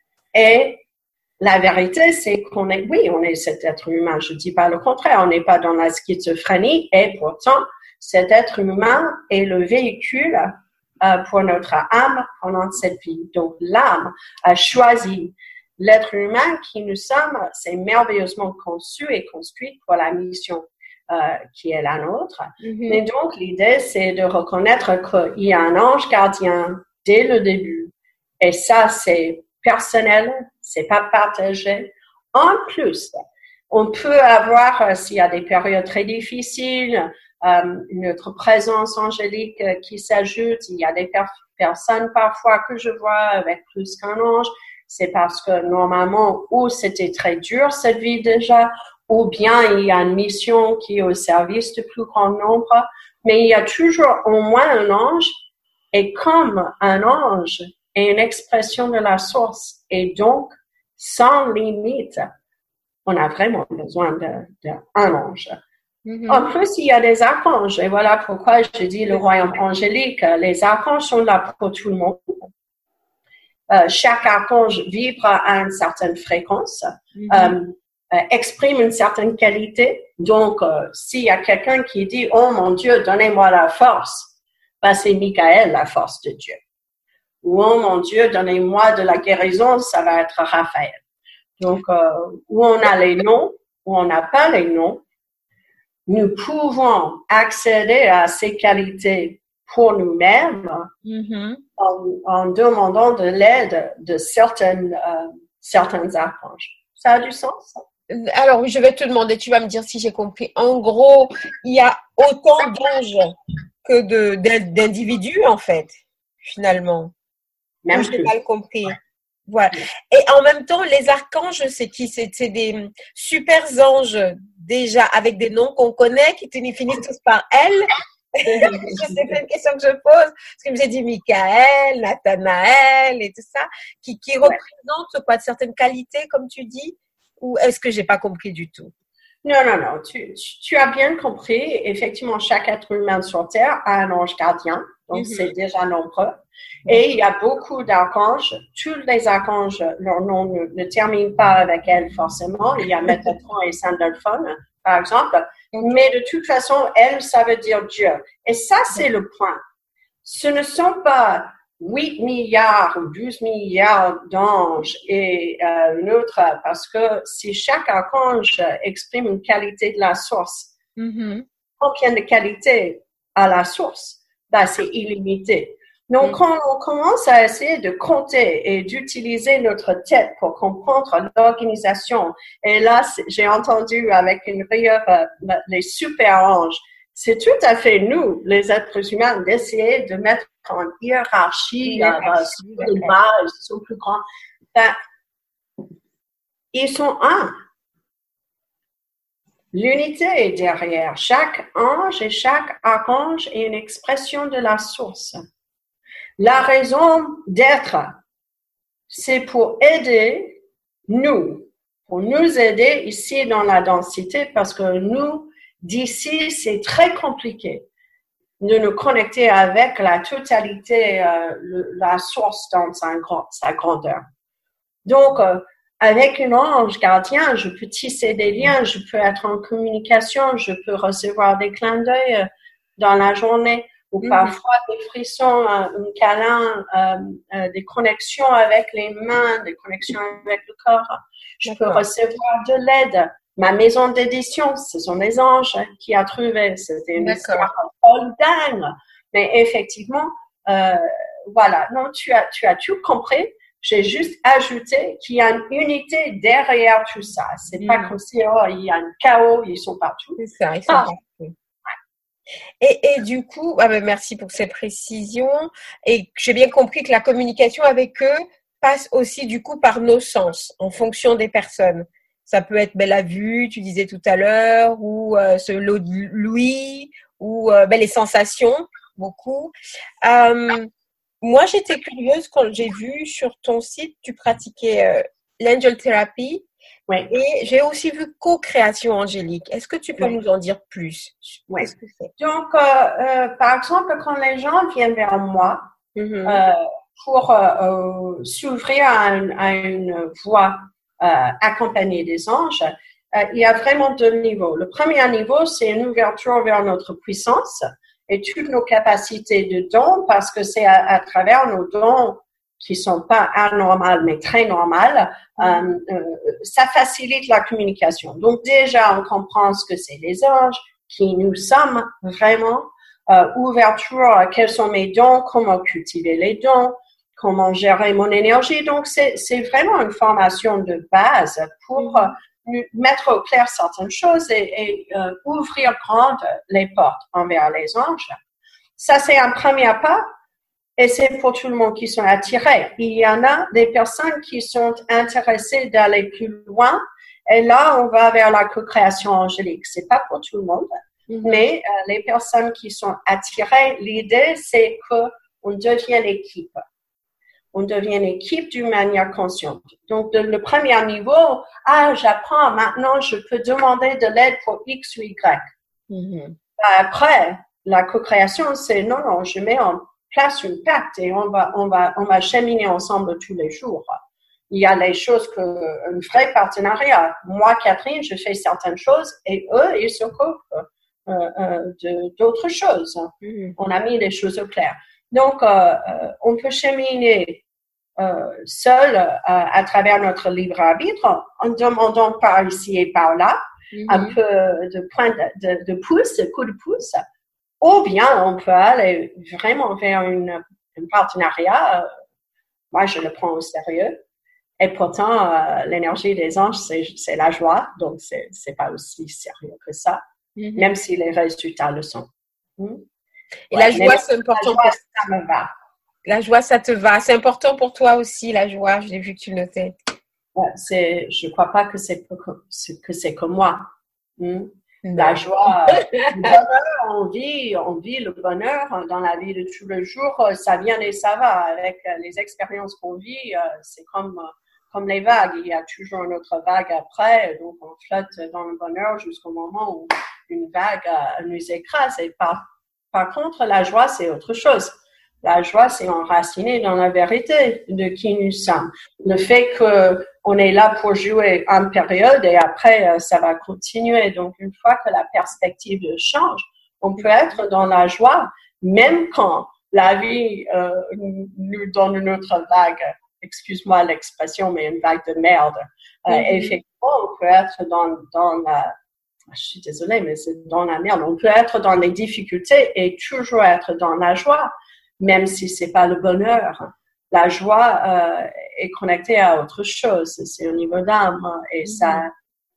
Et la vérité, c'est qu'on est, oui, on est cet être humain. Je dis pas le contraire. On n'est pas dans la schizophrénie. Et pourtant, cet être humain est le véhicule euh, pour notre âme pendant cette vie. Donc, l'âme a choisi l'être humain qui nous sommes, c'est merveilleusement conçu et construit pour la mission euh, qui est la nôtre. Mm-hmm. Mais donc, l'idée, c'est de reconnaître qu'il y a un ange gardien dès le début. Et ça, c'est personnel, c'est pas partagé. En plus, on peut avoir, euh, s'il y a des périodes très difficiles, euh, notre présence angélique euh, qui s'ajoute. Il y a des per- personnes parfois que je vois avec plus qu'un ange. C'est parce que normalement, ou c'était très dur cette vie déjà, ou bien il y a une mission qui est au service du plus grand nombre, mais il y a toujours au moins un ange, et comme un ange est une expression de la source, et donc sans limite, on a vraiment besoin d'un de, de ange. Mhm. En plus, il y a des archanges. Et voilà pourquoi je dis le royaume angélique. Les archanges sont là pour tout le monde. Euh, chaque archange vibre à une certaine fréquence, Mhm. euh, euh, exprime une certaine qualité. Donc, euh, s'il y a quelqu'un qui dit « Oh mon Dieu, donnez-moi la force », ben, c'est Michael, la force de Dieu. Ou « Oh mon Dieu, donnez-moi de la guérison », ça va être Raphaël. Donc, euh, où on a les noms, où on n'a pas les noms, nous pouvons accéder à ces qualités pour nous-mêmes Mhm. en, en demandant de l'aide de certaines, euh, certains archanges. Ça a du sens? Alors, je vais te demander, tu vas me dire si j'ai compris. En gros, il y a autant d'anges que de, d'individus, en fait, finalement. Même Ou j'ai plus. mal compris. Voilà. Et en même temps, les archanges, c'est qui? C'est, c'est des super anges, déjà, avec des noms qu'on connaît, qui finissent tous par elle. Je sais pas une question que je pose, parce que j'ai dit Michael, Nathanaël et tout ça, qui, qui Ouais. représentent quoi, de certaines qualités, comme tu dis, ou est-ce que j'ai pas compris du tout? Non, non, non, tu, tu as bien compris. Effectivement, chaque être humain sur Terre a un ange gardien, donc Mm-hmm. c'est déjà nombreux. Et il y a beaucoup d'archanges. Tous les archanges, leur nom ne, ne termine pas avec elle forcément. Il y a Métatron et Sandalphon, par exemple. Okay. Mais de toute façon, elle, ça veut dire Dieu. Et ça, c'est le point. Ce ne sont pas huit milliards ou douze milliards d'anges et euh, une autre, parce que si chaque archange exprime une qualité de la source, mm-hmm. combien de qualités à la source? Ben, c'est illimité. Donc, quand on commence à essayer de compter et d'utiliser notre tête pour comprendre l'organisation, et là, j'ai entendu avec une rire euh, les super anges, c'est tout à fait nous, les êtres humains, d'essayer de mettre en hiérarchie, hiérarchie euh, les bas, ils sont plus grands. Ben, ils sont un. L'unité est derrière. Chaque ange et chaque archange est une expression de la source. La raison d'être, c'est pour aider nous, pour nous aider ici dans la densité, parce que nous, d'ici, c'est très compliqué de nous connecter avec la totalité, euh, le, la source dans sa, sa grandeur. Donc, euh, avec un ange gardien, je peux tisser des liens, je peux être en communication, je peux recevoir des clins d'œil euh, dans la journée, ou mm-hmm. parfois des frissons, un, un câlin, euh, euh, des connexions avec les mains, des connexions avec le corps. Je D'accord. peux recevoir de l'aide. Ma maison d'édition, ce sont des anges qui a trouvé. C'était une D'accord. histoire folle dingue. Mais effectivement, euh, voilà. Non, tu as, tu as tout compris. J'ai juste ajouté qu'il y a une unité derrière tout ça. C'est mmh. pas comme si oh, il y a un chaos, ils sont partout. C'est ça, ils sont ah. partout. Et, et du coup, ah ben merci pour ces précisions. Et j'ai bien compris que la communication avec eux passe aussi du coup par nos sens, en fonction des personnes. Ça peut être ben, la vue, tu disais tout à l'heure, ou euh, ce l'ouïe, ou euh, ben, les sensations, beaucoup. Euh, Moi, j'étais curieuse quand j'ai vu sur ton site, tu pratiquais euh, l'angel therapy. Oui. Et j'ai aussi vu co-création angélique. Est-ce que tu peux oui. nous en dire plus? Oui. Qu'est-ce que c'est? Donc, euh, euh, par exemple, quand les gens viennent vers moi mm-hmm. euh, pour euh, s'ouvrir à, un, à une voie euh, accompagnée des anges, euh, il y a vraiment deux niveaux. Le premier niveau, c'est une ouverture vers notre puissance et toutes nos capacités de dons, parce que c'est à, à travers nos dons qui sont pas anormales, mais très normales, euh, euh, ça facilite la communication. Donc déjà, on comprend ce que c'est les anges, qui nous sommes vraiment, euh, ouverture, quels sont mes dons, comment cultiver les dons, comment gérer mon énergie. Donc c'est, c'est vraiment une formation de base pour euh, mettre au clair certaines choses et, et euh, ouvrir grandes les portes envers les anges. Ça, c'est un premier pas et c'est pour tout le monde qui sont attirés. Il y en a des personnes qui sont intéressées d'aller plus loin et là, on va vers la co-création angélique. C'est pas pour tout le monde, mm-hmm. mais euh, les personnes qui sont attirées, l'idée, c'est qu'on devienne équipe. on devient une équipe d'une manière consciente. Donc, de, le premier niveau, ah, j'apprends, maintenant, je peux demander de l'aide pour X ou Y. Mm-hmm. Après, la co-création, c'est non, non, je mets en place une pacte et on va, on va, on va cheminer ensemble tous les jours. Il y a les choses que, un vrai partenariat. Moi, Catherine, je fais certaines choses et eux, ils s'occupent euh, euh, de, d'autres choses. Mm-hmm. On a mis les choses au clair. Donc, euh, euh, on peut cheminer euh, seul euh, à travers notre libre arbitre en demandant par ici et par là mm-hmm. un peu de point de, de, de pouce, de coup de pouce, ou bien on peut aller vraiment vers une, un partenariat. Euh, moi, je le prends au sérieux. Et pourtant, euh, l'énergie des anges, c'est, c'est la joie, donc c'est, c'est pas aussi sérieux que ça, mm-hmm. même si les résultats le sont. Mm? Et ouais, la joie, c'est important. La joie, ça me va. La joie, ça te va. C'est important pour toi aussi, la joie. Je l'ai vu que tu le notais. Ouais, c'est, je ne crois pas que c'est, que c'est comme moi. Hmm? La joie, le bonheur, on vit, on vit le bonheur dans la vie de tous les jours. Ça vient et ça va. Avec les expériences qu'on vit, c'est comme, comme les vagues. Il y a toujours une autre vague après. Donc, on flotte dans le bonheur jusqu'au moment où une vague nous écrase. Et par Par contre, la joie, c'est autre chose. La joie, c'est enraciné dans la vérité de qui nous sommes. Le fait qu'on est là pour jouer une période et après, ça va continuer. Donc, une fois que la perspective change, on peut être dans la joie, même quand la vie euh, nous donne une autre vague. Excuse-moi l'expression, mais une vague de merde. Euh, mm-hmm. Effectivement, on peut être dans, dans la... Je suis désolée, mais c'est dans la merde. On peut être dans les difficultés et toujours être dans la joie, même si c'est pas le bonheur. La joie euh, est connectée à autre chose. C'est au niveau d'âme et ça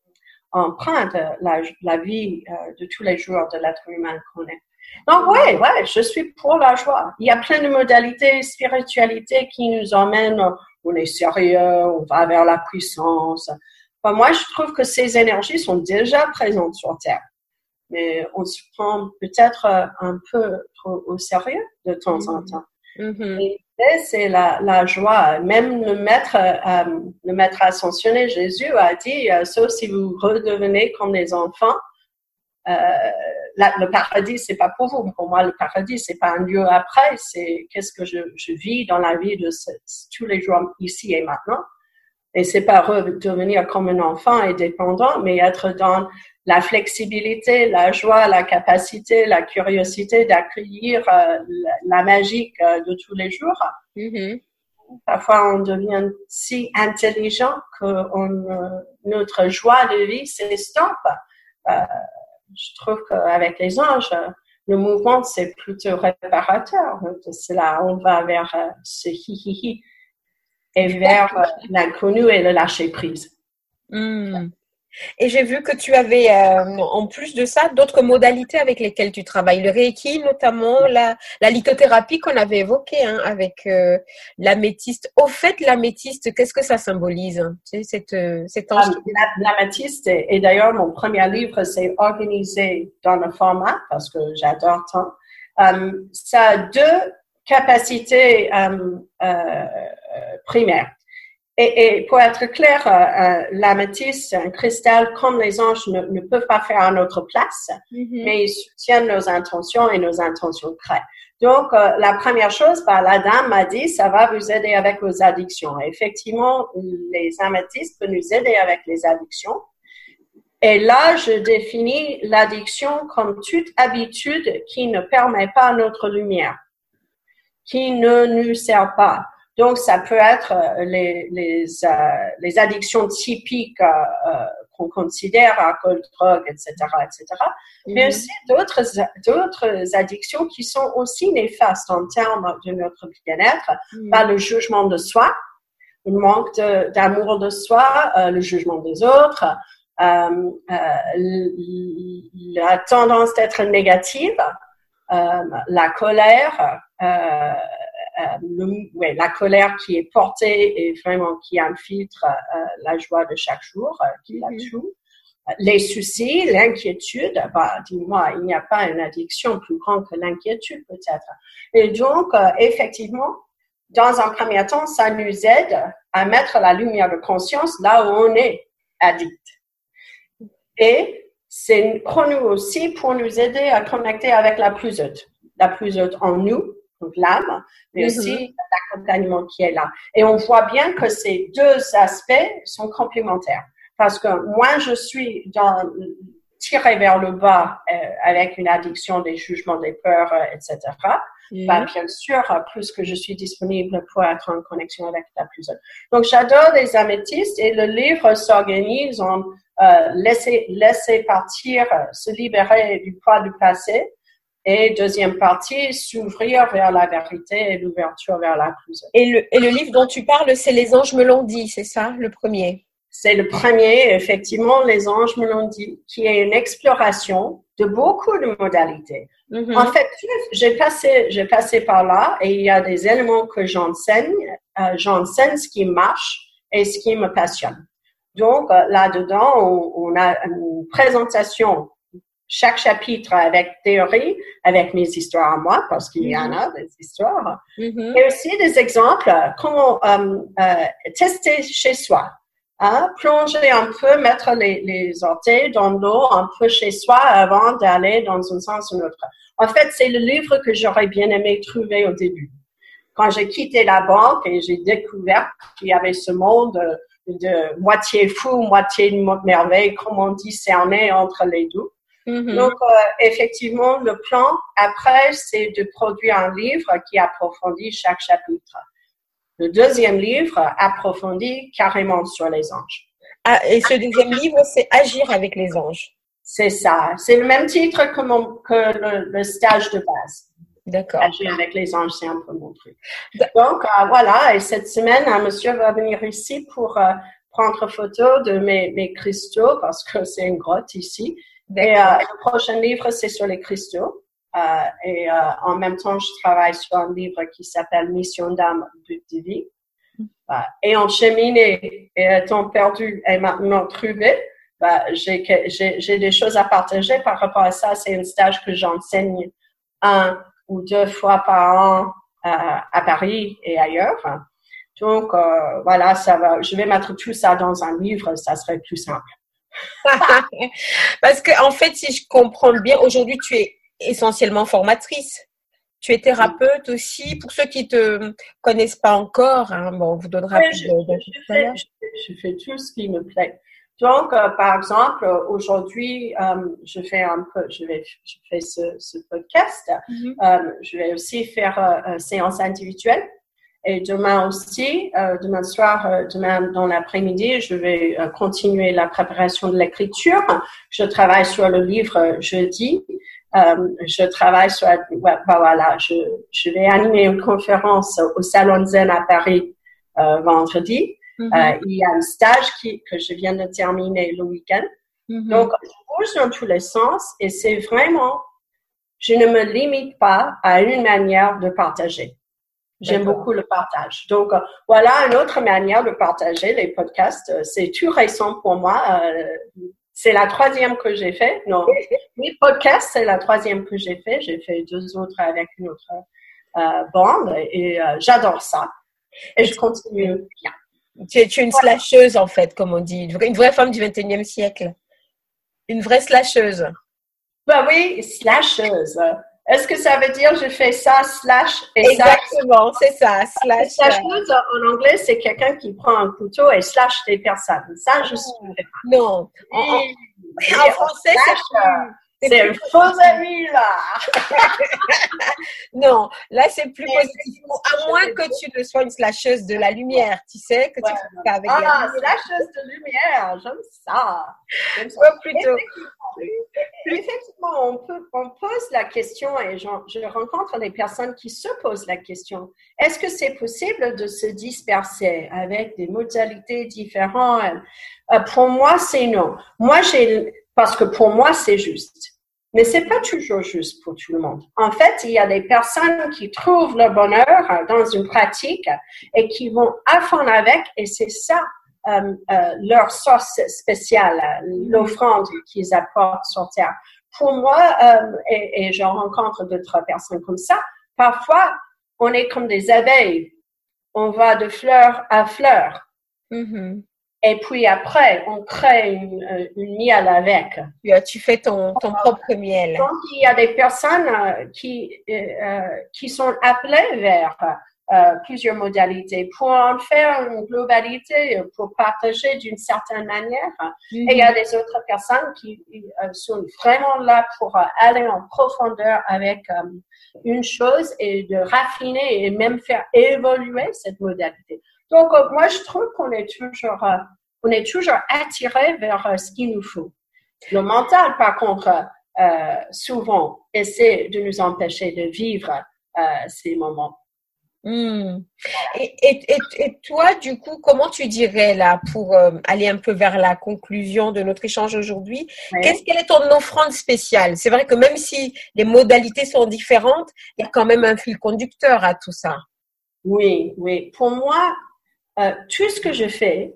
emprunte la, la vie euh, de tous les jours de l'être humain qu'on est. Donc, ouais, ouais, je suis pour la joie. Il y a plein de modalités spiritualité qui nous emmènent, on est sérieux, on va vers la puissance. Enfin, moi, je trouve que ces énergies sont déjà présentes sur Terre. Mais on se prend peut-être un peu trop au sérieux de temps mm-hmm. en temps. Mm-hmm. Et c'est la, la joie. Même le maître, euh, le maître ascensionné, Jésus, a dit, euh, sauf si vous redevenez comme les enfants, euh, la, le paradis, c'est pas pour vous. Pour moi, le paradis, c'est pas un lieu après. C'est qu'est-ce que je, je vis dans la vie de ce, tous les jours, ici et maintenant. Et c'est pas redevenir comme un enfant et dépendant, mais être dans la flexibilité, la joie, la capacité, la curiosité d'accueillir euh, la, la magie euh, de tous les jours. Mm-hmm. Parfois, on devient si intelligent que on, euh, notre joie de vie s'estompe. Euh, je trouve qu'avec les anges, le mouvement, c'est plutôt réparateur. C'est là, on va vers euh, ce hi-hi-hi. Et vers euh, l'inconnu et le lâcher-prise. Mmh. Et j'ai vu que tu avais, euh, en plus de ça, d'autres modalités avec lesquelles tu travailles. Le Reiki, notamment la, la lithothérapie qu'on avait évoquée hein, avec euh, l'améthyste. Au fait, l'améthyste, qu'est-ce que ça symbolise hein, tu sais, cette, cette ange... L'améthyste, et d'ailleurs, mon premier livre, c'est organisé dans le format, parce que j'adore tant. Um, ça a deux capacités um, euh, primaires. Et, et pour être clair, euh, l'améthyste, c'est un cristal comme les anges ne, ne peuvent pas faire à notre place, mm-hmm. mais ils soutiennent nos intentions et nos intentions créent. Donc, euh, la première chose, bah, la dame m'a dit, ça va vous aider avec vos addictions. Et effectivement, les améthystes peuvent nous aider avec les addictions. Et là, je définis l'addiction comme toute habitude qui ne permet pas notre lumière, qui ne nous sert pas. Donc, ça peut être les, les, euh, les addictions typiques euh, euh, qu'on considère, alcool, drogue, et cetera, et cetera. Mm-hmm. Mais aussi d'autres, d'autres addictions qui sont aussi néfastes en termes de notre bien-être. Mm-hmm. Par le jugement de soi, le manque de, d'amour de soi, euh, le jugement des autres, euh, euh, la tendance d'être négative, euh, la colère, euh, Euh, le, ouais, la colère qui est portée et vraiment qui infiltre euh, la joie de chaque jour, euh, qui la tue. Les soucis, l'inquiétude, bah, dis-moi, il n'y a pas une addiction plus grande que l'inquiétude peut-être. Et donc, euh, effectivement, dans un premier temps, ça nous aide à mettre la lumière de conscience là où on est addict. Et c'est pour nous aussi, pour nous aider à connecter avec la plus haute, la plus haute en nous, donc l'âme, mais mm-hmm. aussi l'accompagnement qui est là. Et on voit bien que ces deux aspects sont complémentaires. Parce que moi, je suis dans, tirée vers le bas euh, avec une addiction, des jugements, des peurs, euh, et cetera. Mm-hmm. Bah, bien sûr, plus que je suis disponible pour être en connexion avec la plus haute. Donc, j'adore les améthystes et le livre s'organise en euh, laisser, laisser partir, euh, se libérer du poids du passé. Et deuxième partie, s'ouvrir vers la vérité et l'ouverture vers la plus haute. Et le, et le livre dont tu parles, c'est Les anges me l'ont dit, c'est ça, le premier? C'est le premier, effectivement, Les anges me l'ont dit, qui est une exploration de beaucoup de modalités. Mm-hmm. En fait, j'ai passé, j'ai passé par là et il y a des éléments que j'enseigne. Euh, j'enseigne ce qui marche et ce qui me passionne. Donc, euh, là-dedans, on, on a une présentation, chaque chapitre avec théorie, avec mes histoires à moi, parce qu'il y en a des histoires. Mm-hmm. Et aussi des exemples, comment euh, euh, tester chez soi. Hein, plonger un peu, mettre les, les orteils dans l'eau un peu chez soi avant d'aller dans un sens ou l'autre. En fait, c'est le livre que j'aurais bien aimé trouver au début. Quand j'ai quitté la banque et j'ai découvert qu'il y avait ce monde de, de moitié fou, moitié de merveille, comme on dit, cerné entre les deux. Mm-hmm. Donc, euh, effectivement, le plan, après, c'est de produire un livre qui approfondit chaque chapitre. Le deuxième livre approfondit carrément sur les anges. Ah, et ce deuxième livre, c'est Agir avec les anges. C'est ça. C'est le même titre que, mon, que le, le stage de base. D'accord. Agir avec les anges, c'est un peu mon truc. Donc, euh, voilà. Et cette semaine, un monsieur va venir ici pour euh, prendre photo de mes, mes cristaux parce que c'est une grotte ici. Et euh, le prochain livre, c'est sur les cristaux. Euh, et euh, en même temps, je travaille sur un livre qui s'appelle Mission d'âme, but de vie. Bah, et en cheminée, et étant perdu et maintenant trouvé, bah, j'ai, j'ai, j'ai des choses à partager par rapport à ça. C'est un stage que j'enseigne un ou deux fois par an euh, à Paris et ailleurs. Donc, euh, voilà, ça va. Je vais mettre tout ça dans un livre, ça serait plus simple. Parce que, en fait, si je comprends bien, aujourd'hui, tu es essentiellement formatrice. Tu es thérapeute aussi. Pour ceux qui te connaissent pas encore, hein, bon, on vous donnera oui, plus je, de, de je, fais, je, je fais tout ce qui me plaît. Donc, euh, par exemple, aujourd'hui, euh, je fais un peu, je vais, je fais ce, ce podcast. Mm-hmm. Euh, je vais aussi faire euh, une séance individuelle. Et demain aussi, euh, demain soir, euh, demain dans l'après-midi, je vais euh, continuer la préparation de l'écriture. Je travaille sur le livre euh, jeudi. Euh, je travaille sur, ouais, bah voilà, je, je vais animer une conférence au Salon Zen à Paris euh, vendredi. Mm-hmm. Euh, il y a un stage qui, que je viens de terminer le week-end. Mm-hmm. Donc, je bouge dans tous les sens et c'est vraiment, je ne me limite pas à une manière de partager. J'aime D'accord. beaucoup le partage. Donc, euh, voilà une autre manière de partager les podcasts. C'est tout récent pour moi. Euh, c'est la troisième que j'ai fait. Non, les podcasts, c'est la troisième que j'ai fait. J'ai fait deux autres avec une autre euh, bande et euh, j'adore ça. Et je continue bien. Tu es, tu es une voilà. slasheuse, en fait, comme on dit. Une vraie femme du vingt et unième siècle. Une vraie slasheuse. Ben oui, slasheuse. Est-ce que ça veut dire je fais ça, slash et Exactement, ça? c'est ça, slash. Slasheuse, en anglais, c'est quelqu'un qui prend un couteau et slash des personnes. Ça, je suis pas. Non. En, en, en français, c'est plus... C'est un faux ami, là. Non, là, c'est plus Mais positif. À moins que tu ne sois une slasheuse de la lumière, tu sais, que ouais. tu fais ça avec ah, la lumière. Ah, slasheuse de lumière, j'aime ça. J'aime ça. Ouais, plutôt. Effectivement, on, peut, on pose la question et je, je rencontre des personnes qui se posent la question. Est-ce que c'est possible de se disperser avec des modalités différentes? Euh, pour moi, c'est non. Moi, j'ai, parce que pour moi, c'est juste. Mais c'est pas toujours juste pour tout le monde. En fait, il y a des personnes qui trouvent le bonheur dans une pratique et qui vont à fond avec, et c'est ça euh, euh, leur sauce spéciale, l'offrande qu'ils apportent sur Terre. Pour moi, euh, et, et je rencontre d'autres personnes comme ça, parfois, on est comme des abeilles on va de fleur à fleur. Mm-hmm. Et puis après, on crée une, une miel avec. Tu fais ton, ton propre miel. Donc, il y a des personnes qui, euh, qui sont appelées vers euh, plusieurs modalités pour en faire une globalité, pour partager d'une certaine manière. Mm-hmm. Et il y a des autres personnes qui euh, sont vraiment là pour euh, aller en profondeur avec euh, une chose et de raffiner et même faire évoluer cette modalité. Donc, euh, moi, je trouve qu'on est toujours, euh, on est toujours attiré vers euh, ce qu'il nous faut. Le mental, par contre, euh, souvent, essaie de nous empêcher de vivre euh, ces moments. Mmh. Et, et, et, et toi, du coup, comment tu dirais là, pour euh, aller un peu vers la conclusion de notre échange aujourd'hui, oui. Qu'est-ce quelle est ton offrande spéciale? C'est vrai que même si les modalités sont différentes, il y a quand même un fil conducteur à tout ça. Oui, oui. Pour moi, euh, tout ce que je fais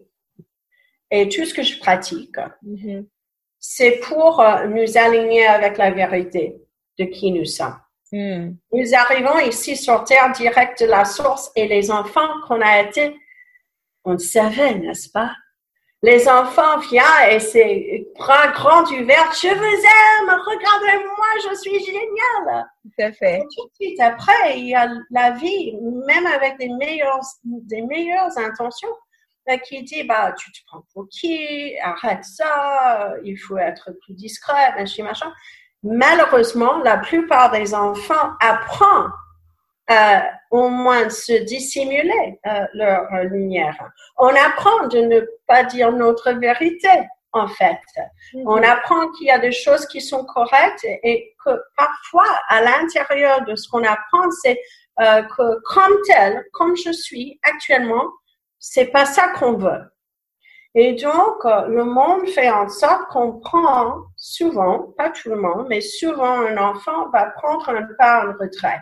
et tout ce que je pratique, mmh. c'est pour euh, nous aligner avec la vérité de qui nous sommes. Mm. Nous arrivons ici sur Terre direct de la source et les enfants qu'on a été, on le savait, n'est-ce pas? Les enfants viennent et c'est bras grands ouverts, je vous aime, regardez-moi, je suis génial. Tout à fait. Et tout de suite après, il y a la vie, même avec des meilleures, des meilleures intentions, qui dit, bah, tu te prends pour qui? Arrête ça, il faut être plus discret, machin, machin. Malheureusement, la plupart des enfants apprennent euh, au moins de se dissimuler euh, leur euh, lumière. On apprend de ne pas dire notre vérité, en fait. Mm-hmm. On apprend qu'il y a des choses qui sont correctes et que parfois, à l'intérieur de ce qu'on apprend, c'est euh, que comme tel, comme je suis actuellement, c'est pas ça qu'on veut. Et donc, le monde fait en sorte qu'on prend souvent, pas tout le monde, mais souvent un enfant va prendre un pas en retrait.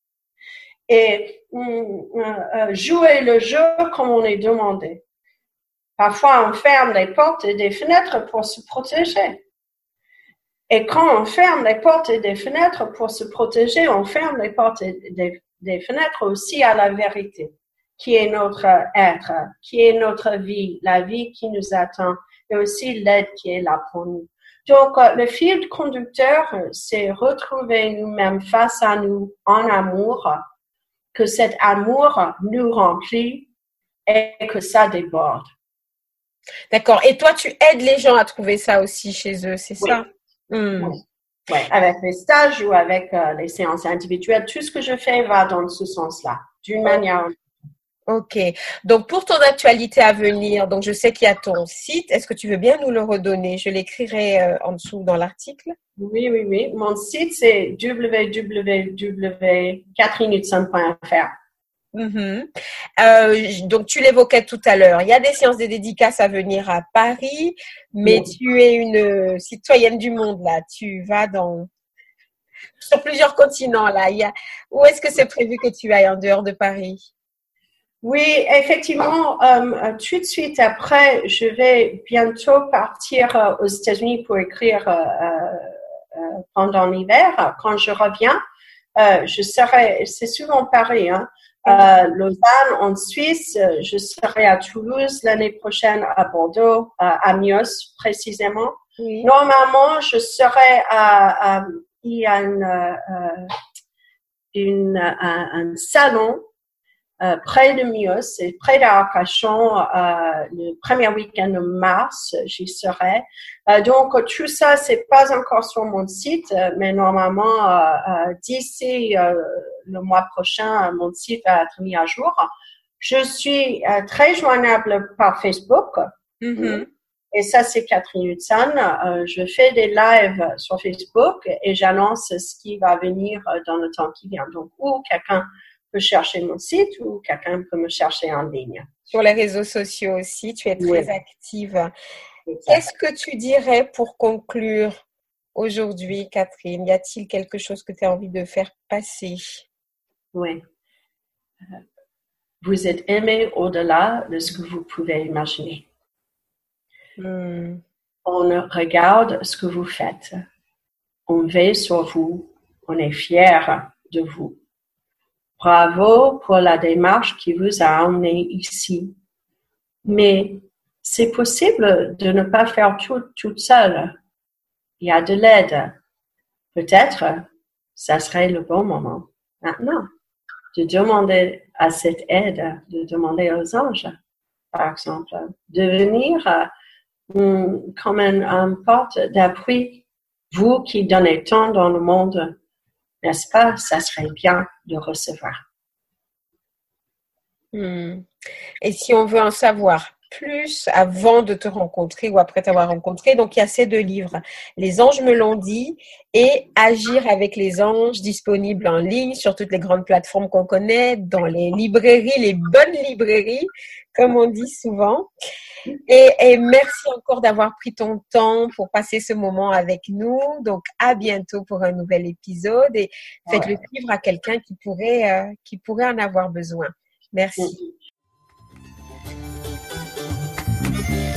Et euh, jouer le jeu comme on est demandé. Parfois, on ferme les portes et des fenêtres pour se protéger. Et quand on ferme les portes et des fenêtres pour se protéger, on ferme les portes et des, des fenêtres aussi à la vérité, qui est notre être, qui est notre vie, la vie qui nous attend, et aussi l'aide qui est là pour nous. Donc, le fil conducteur, c'est retrouver nous-mêmes face à nous en amour, que cet amour nous remplit et que ça déborde. D'accord. Et toi, tu aides les gens à trouver ça aussi chez eux, c'est oui. ça? Mm. Oui. Oui, avec les stages ou avec euh, les séances individuelles, tout ce que je fais va dans ce sens-là, d'une manière. Ok. Donc, pour ton actualité à venir, donc je sais qu'il y a ton site. Est-ce que tu veux bien nous le redonner? Je l'écrirai euh, en dessous dans l'article. Oui, oui, oui. Mon site, c'est w w w point catherine hudson point f r. Mm-hmm. Euh, donc, tu l'évoquais tout à l'heure. Il y a des séances de dédicaces à venir à Paris, mais oui. Tu es une citoyenne du monde, là. Tu vas dans sur plusieurs continents, là. Il y a... Où est-ce que c'est prévu que tu ailles en dehors de Paris? Oui, effectivement, euh, tout de suite après, je vais bientôt partir euh, aux États-Unis pour écrire euh, euh, pendant l'hiver. Quand je reviens, euh, je serai, c'est souvent Paris, hein, euh, Lausanne en Suisse, je serai à Toulouse l'année prochaine, à Bordeaux, à Amiens précisément. Oui. Normalement, je serai à, à il y a une, euh, une, un, un salon Euh, près de Mios et près d'Arcachon, euh, le premier week-end de mars, j'y serai. Euh, donc, tout ça, c'est pas encore sur mon site, mais normalement, euh, euh, d'ici euh, le mois prochain, mon site va être mis à jour. Je suis euh, très joignable par Facebook. Mm-hmm. Et ça, c'est Catherine Hudson. Euh, je fais des lives sur Facebook et j'annonce ce qui va venir dans le temps qui vient. Donc, ou quelqu'un peut chercher mon site ou quelqu'un peut me chercher en ligne. Sur les réseaux sociaux aussi, tu es très oui. active. Qu'est-ce que tu dirais pour conclure aujourd'hui, Catherine? Y a-t-il quelque chose que tu as envie de faire passer? Oui. Vous êtes aimé au-delà de ce que vous pouvez imaginer. Hmm. On regarde ce que vous faites. On veille sur vous. On est fiers de vous. bravo pour la démarche qui vous a emmené ici. Mais c'est possible de ne pas faire tout toute seule. Il y a de l'aide. Peut-être, ça serait le bon moment maintenant de demander à cette aide, de demander aux anges, par exemple, de venir euh, comme un, un porte d'appui. Vous qui donnez tant dans le monde, n'est-ce pas? Ça serait bien de recevoir. Hmm. Et si on veut en savoir plus avant de te rencontrer ou après t'avoir rencontré, donc il y a ces deux livres, Les anges me l'ont dit et Agir avec les anges, disponibles en ligne sur toutes les grandes plateformes qu'on connaît, dans les librairies, les bonnes librairies, comme on dit souvent. Et, et merci encore d'avoir pris ton temps pour passer ce moment avec nous. Donc à bientôt pour un nouvel épisode et faites-le Ouais. suivre à quelqu'un qui pourrait, euh, qui pourrait en avoir besoin. Merci. Mm-hmm.